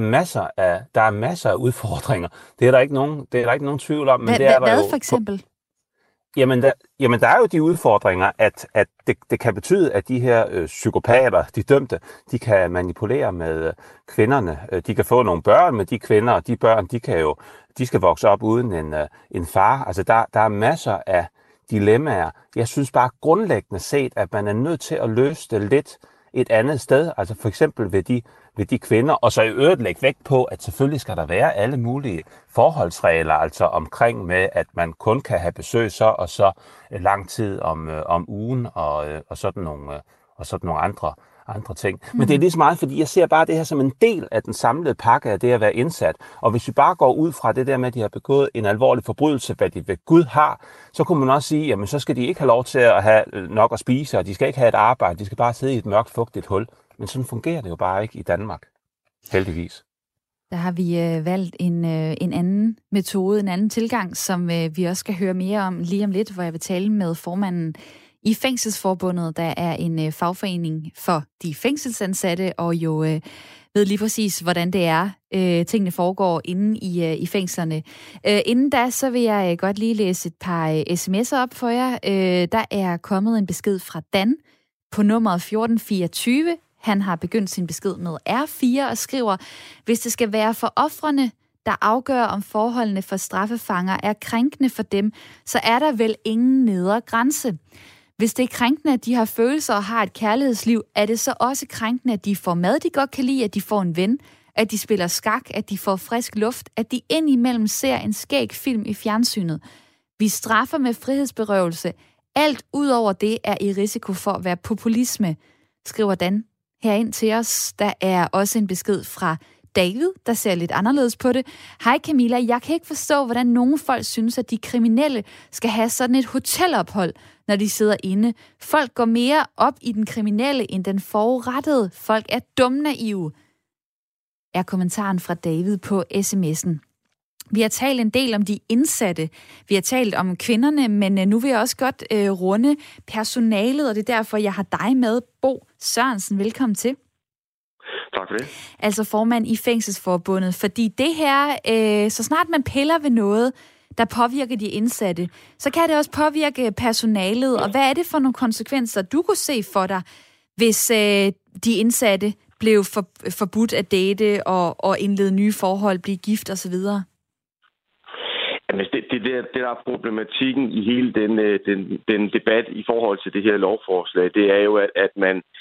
er masser af udfordringer. Det er der ikke nogen tvivl om. Men hvad for eksempel? Jamen, der er jo de udfordringer, at det kan betyde, at de her psykopater, de dømte, de kan manipulere med kvinderne. De kan få nogle børn med de kvinder, og de børn, de skal vokse op uden en far. Altså, der er masser af dilemmaer. Jeg synes bare grundlæggende set, at man er nødt til at løse det lidt et andet sted. Altså for eksempel ved de kvinder, og så i øvrigt lægge vægt på, at selvfølgelig skal der være alle mulige forholdsregler, altså omkring med, at man kun kan have besøg så og så lang tid om ugen, og sådan nogle andre ting. Men det er lige så meget, fordi jeg ser bare det her som en del af den samlede pakke af det at være indsat. Og hvis vi bare går ud fra det der med, at de har begået en alvorlig forbrydelse, hvad de ved Gud har, så kunne man også sige, jamen så skal de ikke have lov til at have nok at spise, og de skal ikke have et arbejde, de skal bare sidde i et mørkt, fugtigt hul. Men sådan fungerer det jo bare ikke i Danmark. Heldigvis. Der har vi valgt en anden metode, en anden tilgang, som vi også skal høre mere om lige om lidt, hvor jeg vil tale med formanden i Fængselsforbundet, der er en fagforening for de fængselsansatte, og jo ved lige præcis, hvordan det er, tingene foregår inde i fængslerne. Inden da, så vil jeg godt lige læse et par sms'er op for jer. Der er kommet en besked fra Dan på nummeret 1424. Han har begyndt sin besked med R4 og skriver, hvis det skal være for ofrene, der afgør, om forholdene for straffefanger er krænkende for dem, så er der vel ingen nedre grænse. Hvis det er krænkende, at de har følelser og har et kærlighedsliv, er det så også krænkende, at de får mad, de godt kan lide, at de får en ven, at de spiller skak, at de får frisk luft, at de indimellem ser en skæg film i fjernsynet. Vi straffer med frihedsberøvelse. Alt ud over det er i risiko for at være populisme, skriver Dan herind til os. Der er også en besked fra David, der ser lidt anderledes på det. Hej Camilla, jeg kan ikke forstå, hvordan nogle folk synes, at de kriminelle skal have sådan et hotelophold, når de sidder inde. Folk går mere op i den kriminelle end den forurettede. Folk er dumme naive, er kommentaren fra David på sms'en. Vi har talt en del om de indsatte. Vi har talt om kvinderne, men nu vil jeg også godt runde personalet, og det er derfor, jeg har dig med, Bo Sørensen. Velkommen til. Tak for det. Altså formand i Fængselsforbundet, fordi det her, så snart man piller ved noget, der påvirker de indsatte, så kan det også påvirke personalet, og hvad er det for nogle konsekvenser, du kunne se for dig, hvis de indsatte blev forbudt at date og indlede nye forhold, blive gift osv.? Jamen, det der er problematikken i hele den debat i forhold til det her lovforslag, det er jo, at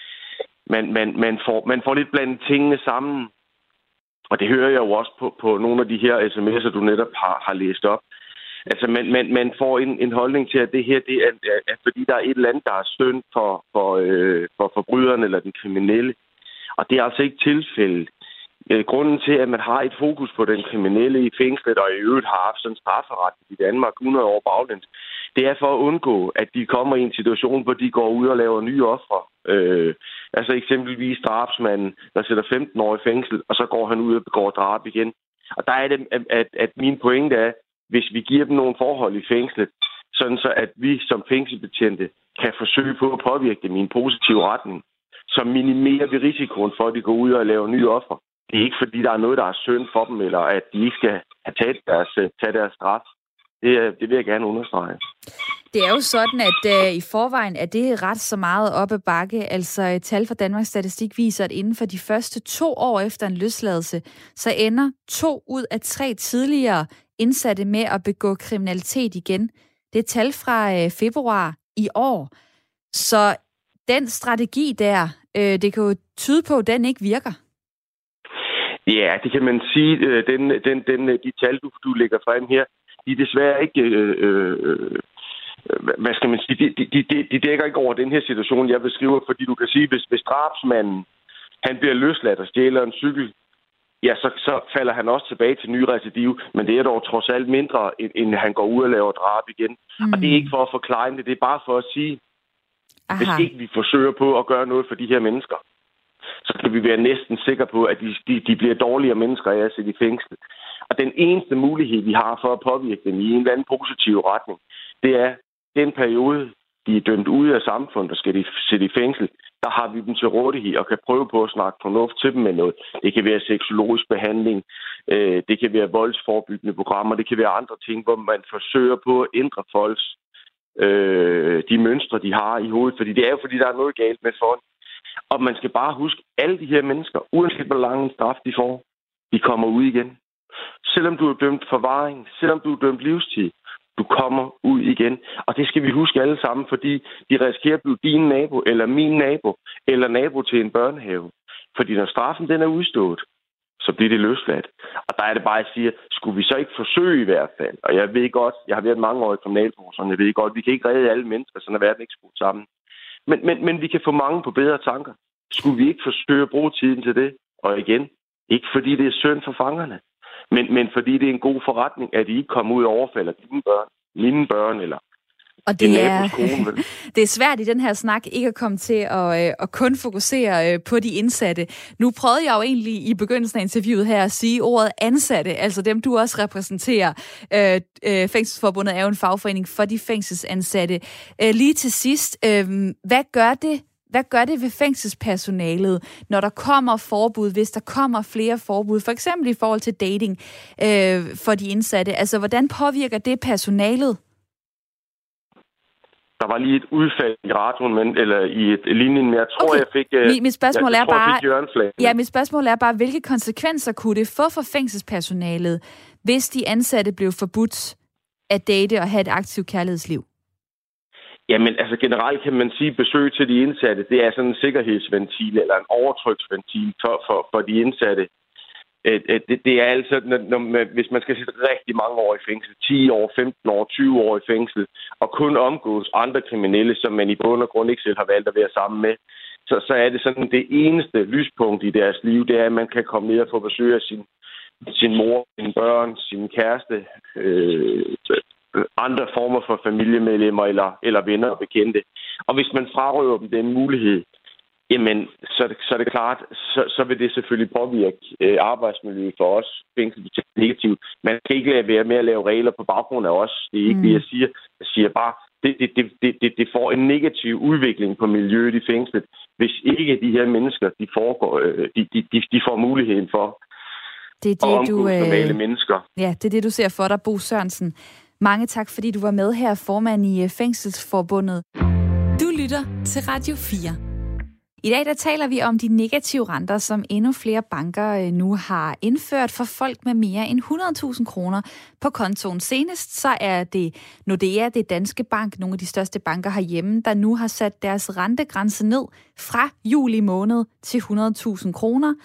man får lidt blandet tingene sammen. Og det hører jeg jo også på nogle af de her sms'er, du netop har læst op. Altså, man får en holdning til, at det her, det er fordi der er et eller andet, der er synd for forbryderen eller den kriminelle. Og det er altså ikke tilfældet. grunden til, at man har et fokus på den kriminelle i fængslet, og i øvrigt har haft sådan en strafferet i Danmark 100 år baglæns, det er for at undgå, at de kommer i en situation, hvor de går ud og laver nye ofre. Altså eksempelvis drabsmanden, der sætter 15 år i fængsel, og så går han ud og begår drab igen. Og der er det, at min pointe er, hvis vi giver dem nogle forhold i fængslet, sådan så at vi som fængselsbetjente kan forsøge på at påvirke dem i en positiv retning, så minimerer vi risikoen for, at de går ud og laver nye ofre. Det er ikke, fordi der er noget, der er synd for dem, eller at de ikke skal have tage deres straf. Det vil jeg gerne understrege. Det er jo sådan, at i forvejen er det ret så meget op ad bakke. Altså tal fra Danmarks Statistik viser, at inden for de første 2 år efter en løsladelse, så ender 2 ud af 3 tidligere indsatte med at begå kriminalitet igen. Det er tal fra februar i år. Så den strategi der, det kan jo tyde på, at den ikke virker. Ja, det kan man sige. De tal, du lægger frem her, de er desværre ikke... hvad skal man sige? De dækker ikke over den her situation, jeg beskriver, fordi du kan sige, hvis drabsmanden han bliver løsladt og stjæler en cykel, ja, så falder han også tilbage til ny recidiv, men det er dog trods alt mindre, end han går ud og laver drab igen. Og det er ikke for at forklare det er bare for at sige, hvis ikke vi forsøger på at gøre noget for de her mennesker, så kan vi være næsten sikre på, at de bliver dårligere mennesker af at sætte i fængsel. Og den eneste mulighed, vi har for at påvirke dem i en eller anden positiv retning, det er den periode, de er dømt ude af samfundet og skal de sætte i fængsel, der har vi dem til rådighed og kan prøve på at snakke fornuft til dem med noget. Det kan være seksologisk behandling, det kan være voldsforebyggende programmer, det kan være andre ting, hvor man forsøger på at ændre folks de mønstre, de har i hovedet. Fordi det er jo, fordi der er noget galt med folk. Og man skal bare huske, alle de her mennesker, uanset hvor lang en straf de får, de kommer ud igen. Selvom du er dømt forvaring, selvom du er dømt livstid, du kommer ud igen. Og det skal vi huske alle sammen, fordi de risikerer at blive din nabo, eller min nabo, eller nabo til en børnehave. Fordi når straffen den er udstået, så bliver det løsladt. Og der er det bare, jeg siger, skulle vi så ikke forsøge i hvert fald? Og jeg ved godt, jeg har været mange år i kriminalforsorgen, jeg ved godt, vi kan ikke redde alle mennesker, sådan er verden ikke skruet sammen. Men vi kan få mange på bedre tanker. Skulle vi ikke forsøge at bruge tiden til det? Og igen, ikke fordi det er synd for fangerne, men fordi det er en god forretning, at de ikke kommer ud og overfalder mine børn eller og det er svært i den her snak ikke at komme til at kun fokusere på de indsatte. Nu prøvede jeg jo egentlig i begyndelsen af interviewet her at sige ordet ansatte, altså dem du også repræsenterer. Fængselsforbundet er jo en fagforening for de fængselsansatte. Lige til sidst, hvad gør det ved fængselspersonalet, når der kommer forbud, hvis der kommer flere forbud, for eksempel i forhold til dating for de indsatte? Altså, hvordan påvirker det personalet? Der var lige et udfald i radioen, eller i linjen, men jeg tror, okay. Jeg fik... Mit spørgsmål er bare... mit spørgsmål er bare, hvilke konsekvenser kunne det få for fængselspersonalet, hvis de ansatte blev forbudt at date og have et aktivt kærlighedsliv? Jamen, altså generelt kan man sige, at besøg til de indsatte, det er sådan en sikkerhedsventil eller en overtryksventil for de indsatte. Det er altså, hvis man skal sidde rigtig mange år i fængsel, 10 år, 15 år, 20 år i fængsel, og kun omgås andre kriminelle, som man i bund og grund ikke selv har valgt at være sammen med, så er det sådan, det eneste lyspunkt i deres liv, det er, at man kan komme ned og få besøg af sin mor, sine børn, sin kæreste, andre former for familiemedlemmer eller venner og bekendte. Og hvis man frarøver dem den mulighed, jamen, så er det klart, så vil det selvfølgelig påvirke arbejdsmiljøet for os fængselsbetjente negativt. Man kan ikke lade være med at lave regler på baggrund af os. Det er ikke det, jeg siger. Jeg siger bare, det får en negativ udvikling på miljøet i fængslet, hvis ikke de her mennesker, de får muligheden for at omgås normale mennesker. Ja, det er det, du ser for dig, Bo Sørensen. Mange tak, fordi du var med her, formand i Fængselsforbundet. Du lytter til Radio 4. I dag der taler vi om de negative renter, som endnu flere banker nu har indført for folk med mere end 100.000 kroner på kontoen. Senest så er det Nordea, det Danske Bank, nogle af de største banker herhjemme, der nu har sat deres rentegrænse ned fra juli måned til 100.000 kroner.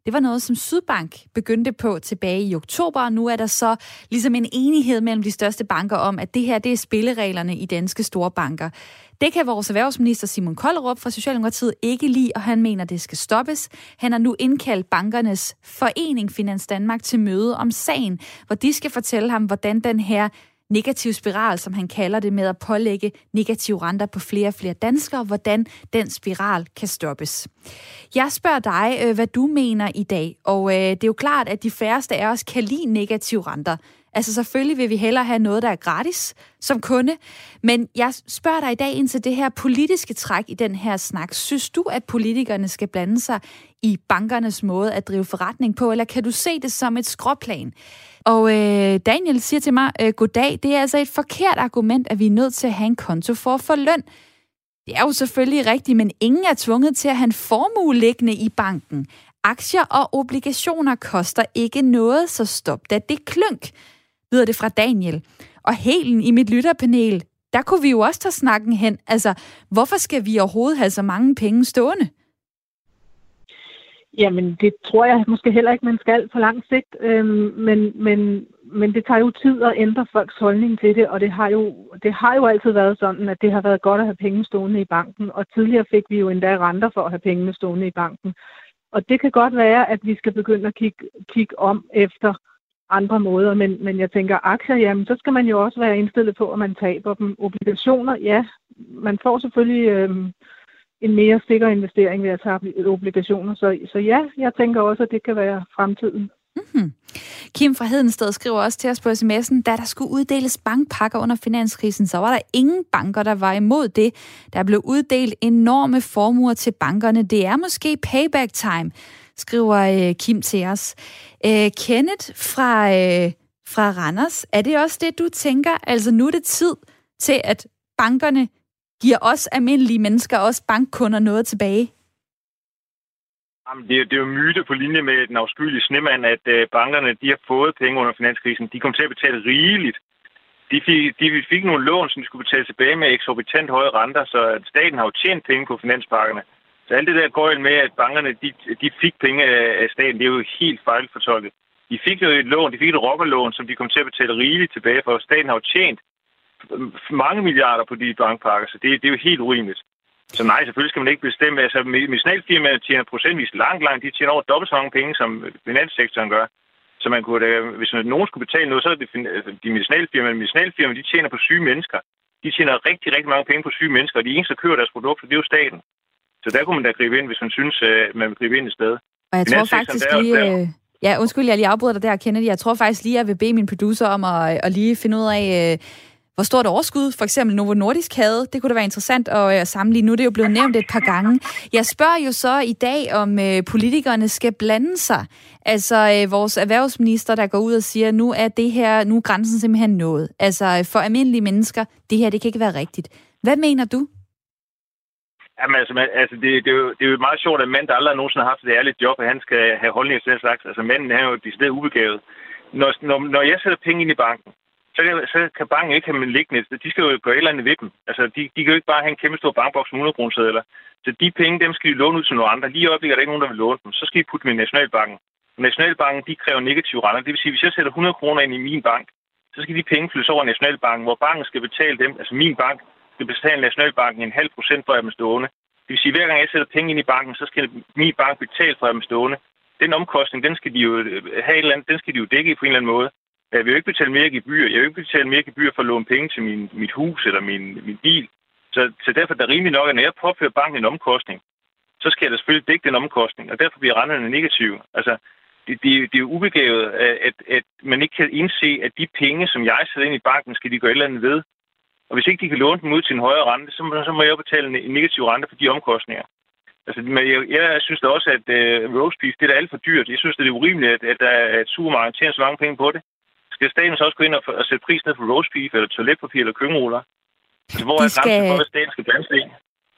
Det var noget, som Sydbank begyndte på tilbage i oktober, og nu er der så ligesom en enighed mellem de største banker om, at det her, det er spillereglerne i danske store banker. Det kan vores erhvervsminister Simon Kollerup fra Socialdemokratiet ikke lide, og han mener, det skal stoppes. Han har nu indkaldt bankernes forening Finans Danmark til møde om sagen, hvor de skal fortælle ham, hvordan den her negativ spiral, som han kalder det, med at pålægge negative renter på flere og flere danskere, hvordan den spiral kan stoppes. Jeg spørger dig, hvad du mener i dag, og det er jo klart, at de færreste af os kan lide negative renter. Altså selvfølgelig vil vi hellere have noget, der er gratis som kunde, men jeg spørger dig i dag ind til det her politiske træk i den her snak. Synes du, at politikerne skal blande sig i bankernes måde at drive forretning på, eller kan du se det som et skråplan? Og Daniel siger til mig, goddag, det er altså et forkert argument, at vi er nødt til at have en konto for at få løn. Det er jo selvfølgelig rigtigt, men ingen er tvunget til at have en formue liggende i banken. Aktier og obligationer koster ikke noget, så stop da det klynk, lyder det fra Daniel. Og Helen i mit lytterpanel, der kunne vi jo også tage snakken hen. Altså, hvorfor skal vi overhovedet have så mange penge stående? Jamen, det tror jeg måske heller ikke, man skal på lang sigt. Men det tager jo tid at ændre folks holdning til det, og det har jo altid været sådan, at det har været godt at have penge stående i banken, og tidligere fik vi jo endda renter for at have pengene stående i banken. Og det kan godt være, at vi skal begynde at kigge om efter andre måder, men jeg tænker, aktier, jamen, så skal man jo også være indstillet på, at man taber dem. Obligationer, ja, man får selvfølgelig en mere sikker investering ved at tage obligationer, så ja, jeg tænker også, at det kan være fremtiden. Mm-hmm. Kim fra Hedensted skriver også til os på sms'en, da der skulle uddeles bankpakker under finanskrisen, så var der ingen banker, der var imod det. Der blev uddelt enorme formuer til bankerne. Det er måske payback time, skriver Kim til os. Kenneth fra Randers, er det også det, du tænker? Altså nu er det tid til, at bankerne giver os almindelige mennesker, også bankkunder, noget tilbage? Jamen, det er jo myte på linje med den afskyelige snemand, at bankerne de har fået penge under finanskrisen. De kom til at betale rigeligt. De fik nogle lån, som de skulle betale tilbage med eksorbitant høje renter, så staten har jo tjent penge på finanspakkerne. Så alt det der går med, at bankerne de fik penge af staten, det er jo helt fejlfortolket. De fik jo et lån, de fik et rockerlån, som de kom til at betale rigeligt tilbage for. Staten har jo tjent mange milliarder på de bankpakker, så det er jo helt urimeligt. Så nej, selvfølgelig skal man ikke bestemme. Altså, medicinalfirmaer tjener procentvis langt. De tjener over dobbelt så mange penge, som finanssektoren gør. Så man kunne, hvis nogen skulle betale noget, så er det de medicinalfirmaer, de tjener på syge mennesker. De tjener rigtig, rigtig mange penge på syge mennesker, og de eneste, der køber deres produkter, det er jo staten. Så der kunne man da gribe ind, hvis man synes, man vil gribe ind i stedet. Og jeg tror faktisk lige... Ja, undskyld, jeg lige afbryder dig der, Kennedy. Jeg tror faktisk lige, jeg vil bede min producer om at lige finde ud af... hvor stort overskud for eksempel Novo Nordisk havde. Det kunne da være interessant at sammenligne. Nu er det jo blevet nævnt et par gange. Jeg spørger jo så i dag, om politikerne skal blande sig. Altså vores erhvervsminister, der går ud og siger, nu er grænsen simpelthen nået. Altså for almindelige mennesker, det her, det kan ikke være rigtigt. Hvad mener du? Jamen altså det er jo meget sjovt, at en mand, der aldrig nogensinde har haft et ærligt job, at han skal have holdning til den slags. Altså manden er jo decideret ubegavet. Når jeg sætter penge ind i banken, så kan banken ikke have dem liggende. De skal jo gøre et eller andet ved dem. Altså, de kan jo ikke bare have en kæmpe stor bankboks med 100 kroner. Så de penge, dem skal de låne ud til nogle andre. Lige i øjeblikket er der ikke nogen, der vil låne dem. Så skal de putte dem i Nationalbanken. Og Nationalbanken, de kræver negative renter. Det vil sige, hvis jeg sætter 100 kroner ind i min bank, så skal de penge flyttes over i Nationalbanken, hvor banken skal betale dem. Altså min bank skal betale Nationalbanken 0,5% for at have dem stående. Det vil sige, hver gang jeg sætter penge ind i banken, så skal min bank betale for at have dem stående. Den omkostning, den skal de jo have et eller andet, den skal de jo dække på en eller anden måde. Jeg vil jo ikke betale mere gebyr. Jeg vil jo ikke betale mere gebyr for at låne penge til mit hus eller min bil. Så derfor er det rimeligt nok, at når jeg påfører banken en omkostning, så skal jeg da selvfølgelig dække den omkostning, og derfor bliver renterne negative. Altså, det er jo ubegavet, at man ikke kan indse, at de penge, som jeg sætter ind i banken, skal de gøre et eller andet ved. Og hvis ikke de kan låne dem ud til en højere rente, så må jeg jo betale en negativ rente for de omkostninger. Altså, jeg synes da også, at roast beef, det er da alt for dyrt. Jeg synes, det er urimeligt, at der er et supermarked tjener så mange penge på det. Skal staten så også gå ind og sætte pris ned på roast beef, eller toiletpapir, eller køkkenruller? Altså, hvor er grænsen for, at staten skal blande sig ind?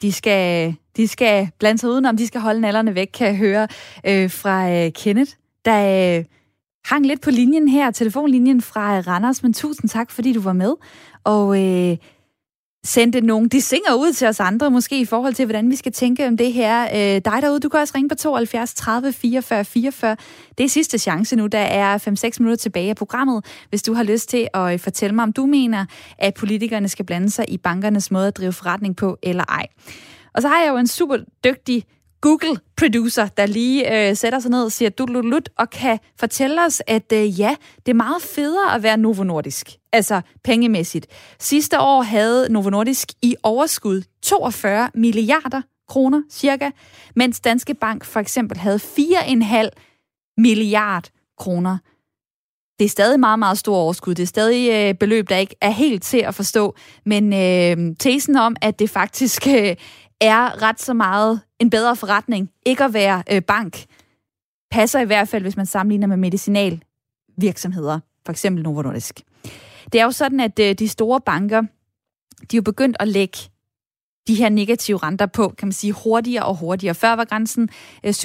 De skal blande sig udenom, de skal holde nallerne væk, kan jeg høre fra Kenneth, der hang lidt på linjen her, telefonlinjen fra Randers, men tusind tak, fordi du var med. Og sendte nogle disinger ud til os andre, måske i forhold til, hvordan vi skal tænke om det her. Dig derude, du kan også ringe på 72 30 44 44. Det er sidste chance nu. Der er 5-6 minutter tilbage af programmet, hvis du har lyst til at fortælle mig, om du mener, at politikerne skal blande sig i bankernes måde at drive forretning på, eller ej. Og så har jeg jo en super dygtig Google-producer, der lige sætter sig ned og siger dudelut og kan fortælle os, at ja, det er meget federe at være Novo Nordisk. Altså pengemæssigt. Sidste år havde Novo Nordisk i overskud 42 milliarder kroner cirka, mens Danske Bank for eksempel havde 4,5 milliard kroner. Det er stadig meget, meget stor overskud. Det er stadig beløb, der ikke er helt til at forstå. Men tesen om, at det faktisk er ret så meget en bedre forretning ikke at være bank, passer i hvert fald, hvis man sammenligner med medicinalvirksomheder, for eksempel Novo Nordisk. Det er jo sådan, at de store banker, de er jo begyndt at lægge de her negative renter på, kan man sige, hurtigere og hurtigere. Før var grænsen 750.000, 500.000,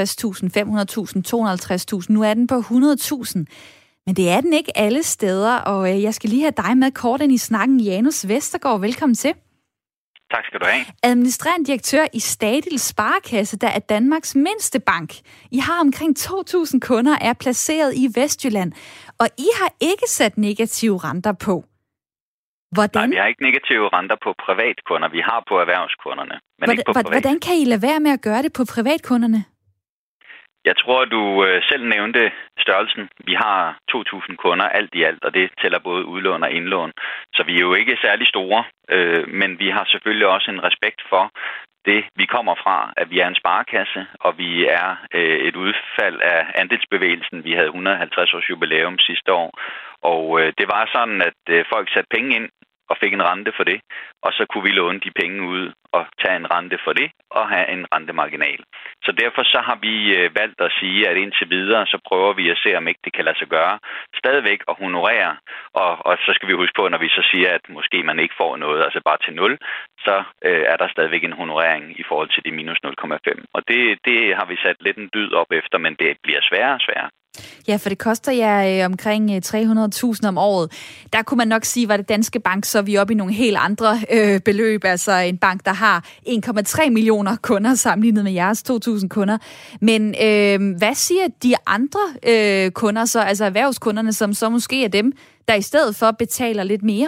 250.000. Nu er den på 100.000. Men det er den ikke alle steder, og jeg skal lige have dig med kort ind i snakken. Janus Vestergaard, velkommen til. Tak skal du have. Administrerende direktør i Stadil Sparekasse, der er Danmarks mindste bank. I har omkring 2.000 kunder, er placeret i Vestjylland, og I har ikke sat negative renter på. Hvordan? Nej, vi har ikke negative renter på privatkunder. Vi har på erhvervskunderne, men ikke på privat. Hvordan kan I lade være med at gøre det på privatkunderne? Jeg tror, du selv nævnte størrelsen. Vi har 2.000 kunder alt i alt, og det tæller både udlån og indlån. Så vi er jo ikke særlig store, men vi har selvfølgelig også en respekt for det, vi kommer fra, at vi er en sparekasse, og vi er et udfald af andelsbevægelsen. Vi havde 150 års jubilæum sidste år, og det var sådan, at folk satte penge ind og fik en rente for det, og så kunne vi låne de penge ud og tage en rente for det og have en rentemarginal. Så derfor så har vi valgt at sige, at indtil videre, så prøver vi at se, om ikke det kan lade sig gøre stadigvæk at honorere, og så skal vi huske på, når vi så siger, at måske man ikke får noget, altså bare til 0, så er der stadigvæk en honorering i forhold til de minus 0,5. Og det har vi sat lidt en dyd op efter, men det bliver sværere og sværere. Ja, for det koster jer omkring 300.000 om året. Der kunne man nok sige, var det Danske Bank, så er vi oppe i nogle helt andre beløb. Altså en bank, der har 1,3 millioner kunder sammenlignet med jeres 2.000 kunder. Men hvad siger de andre kunder så, altså erhvervskunderne, som så måske er dem, der i stedet for betaler lidt mere?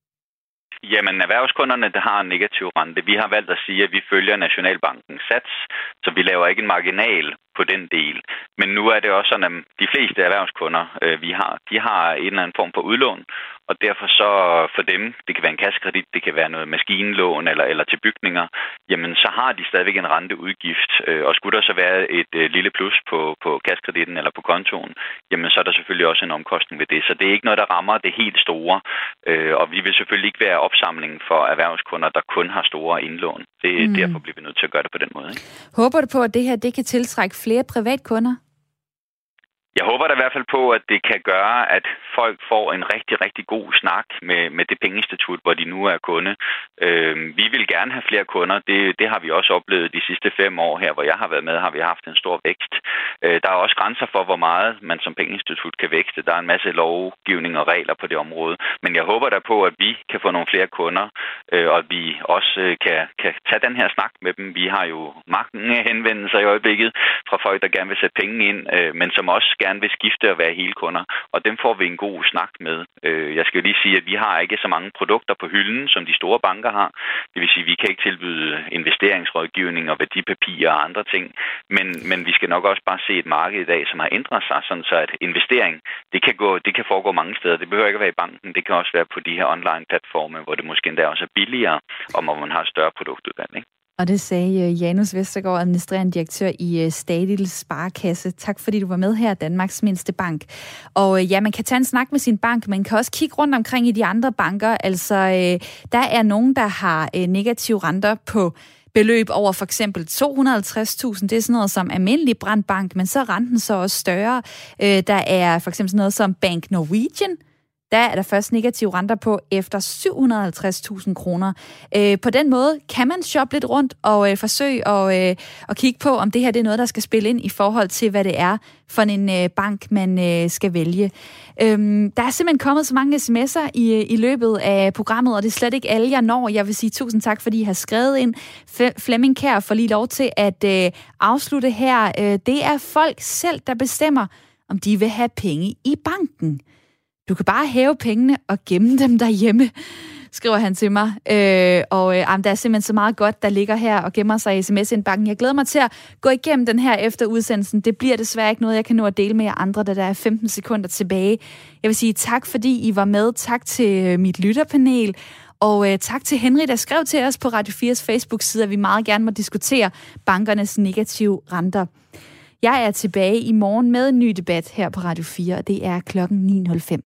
Jamen, erhvervskunderne, der har en negativ rente. Vi har valgt at sige, at vi følger Nationalbankens sats, så vi laver ikke en marginal på den del. Men nu er det også sådan, at de fleste erhvervskunder, de har en eller anden form for udlån, og derfor så for dem, det kan være en kassekredit, det kan være noget maskinlån eller til bygninger, jamen så har de stadigvæk en renteudgift. Og skulle der så være et lille plus på kassekreditten eller på kontoen, jamen så er der selvfølgelig også en omkostning ved det. Så det er ikke noget, der rammer det helt store. Og vi vil selvfølgelig ikke være opsamlingen for erhvervskunder, der kun har store indlån. Derfor bliver vi nødt til at gøre det på den måde. Ikke? Håber du på, at det her det kan tiltrække flere privatkunder? Jeg håber da i hvert fald på, at det kan gøre, at folk får en rigtig, rigtig god snak med det pengeinstitut, hvor de nu er kunde. Vi vil gerne have flere kunder. Det har vi også oplevet de sidste 5 år her, hvor jeg har været med, har vi haft en stor vækst. Der er også grænser for, hvor meget man som pengeinstitut kan vækste. Der er en masse lovgivning og regler på det område. Men jeg håber da på, at vi kan få nogle flere kunder, og at vi også kan tage den her snak med dem. Vi har jo mange henvendelser i øjeblikket fra folk, der gerne vil sætte penge ind, men som også gerne vil skifte og være hele kunder, og dem får vi en god snak med. Jeg skal lige sige, at vi har ikke så mange produkter på hylden, som de store banker har. Det vil sige, at vi kan ikke tilbyde investeringsrådgivning og værdipapirer og andre ting, men vi skal nok også bare se et marked i dag, som har ændret sig, sådan så at investering, det kan foregå mange steder. Det behøver ikke at være i banken, det kan også være på de her online-platforme, hvor det måske endda også er billigere, og hvor man har et større produktudvalg, ikke? Og det sagde Janus Vestergaard, administrerende direktør i Stadil Sparekasse. Tak fordi du var med her, Danmarks mindste bank. Og ja, man kan tage en snak med sin bank, man kan også kigge rundt omkring i de andre banker. Altså, der er nogen, der har negative renter på beløb over for eksempel 250.000. Det er sådan noget som almindelig brandbank, men så er renten så også større. Der er for eksempel sådan noget som Bank Norwegian. der er der først negative renter på efter 750.000 kroner. På den måde kan man shoppe lidt rundt og forsøge at kigge på, om det her det er noget, der skal spille ind i forhold til, hvad det er for en bank, man skal vælge. Der er simpelthen kommet så mange sms'er i løbet af programmet, og det er slet ikke alle, jeg når. Jeg vil sige tusind tak, fordi I har skrevet ind. Flemming Kjær får lige lov til at afslutte her. Det er folk selv, der bestemmer, om de vil have penge i banken. Du kan bare hæve pengene og gemme dem derhjemme, skriver han til mig. Der er simpelthen så meget godt, der ligger her og gemmer sig i sms-indbakken. Jeg glæder mig til at gå igennem den her efter udsendelsen. Det bliver desværre ikke noget, jeg kan nå at dele med jer andre, da der er 15 sekunder tilbage. Jeg vil sige tak, fordi I var med. Tak til mit lytterpanel. Og tak til Henry, der skrev til os på Radio 4's Facebook-side, at vi meget gerne må diskutere bankernes negative renter. Jeg er tilbage i morgen med en ny debat her på Radio 4, og det er 9:05.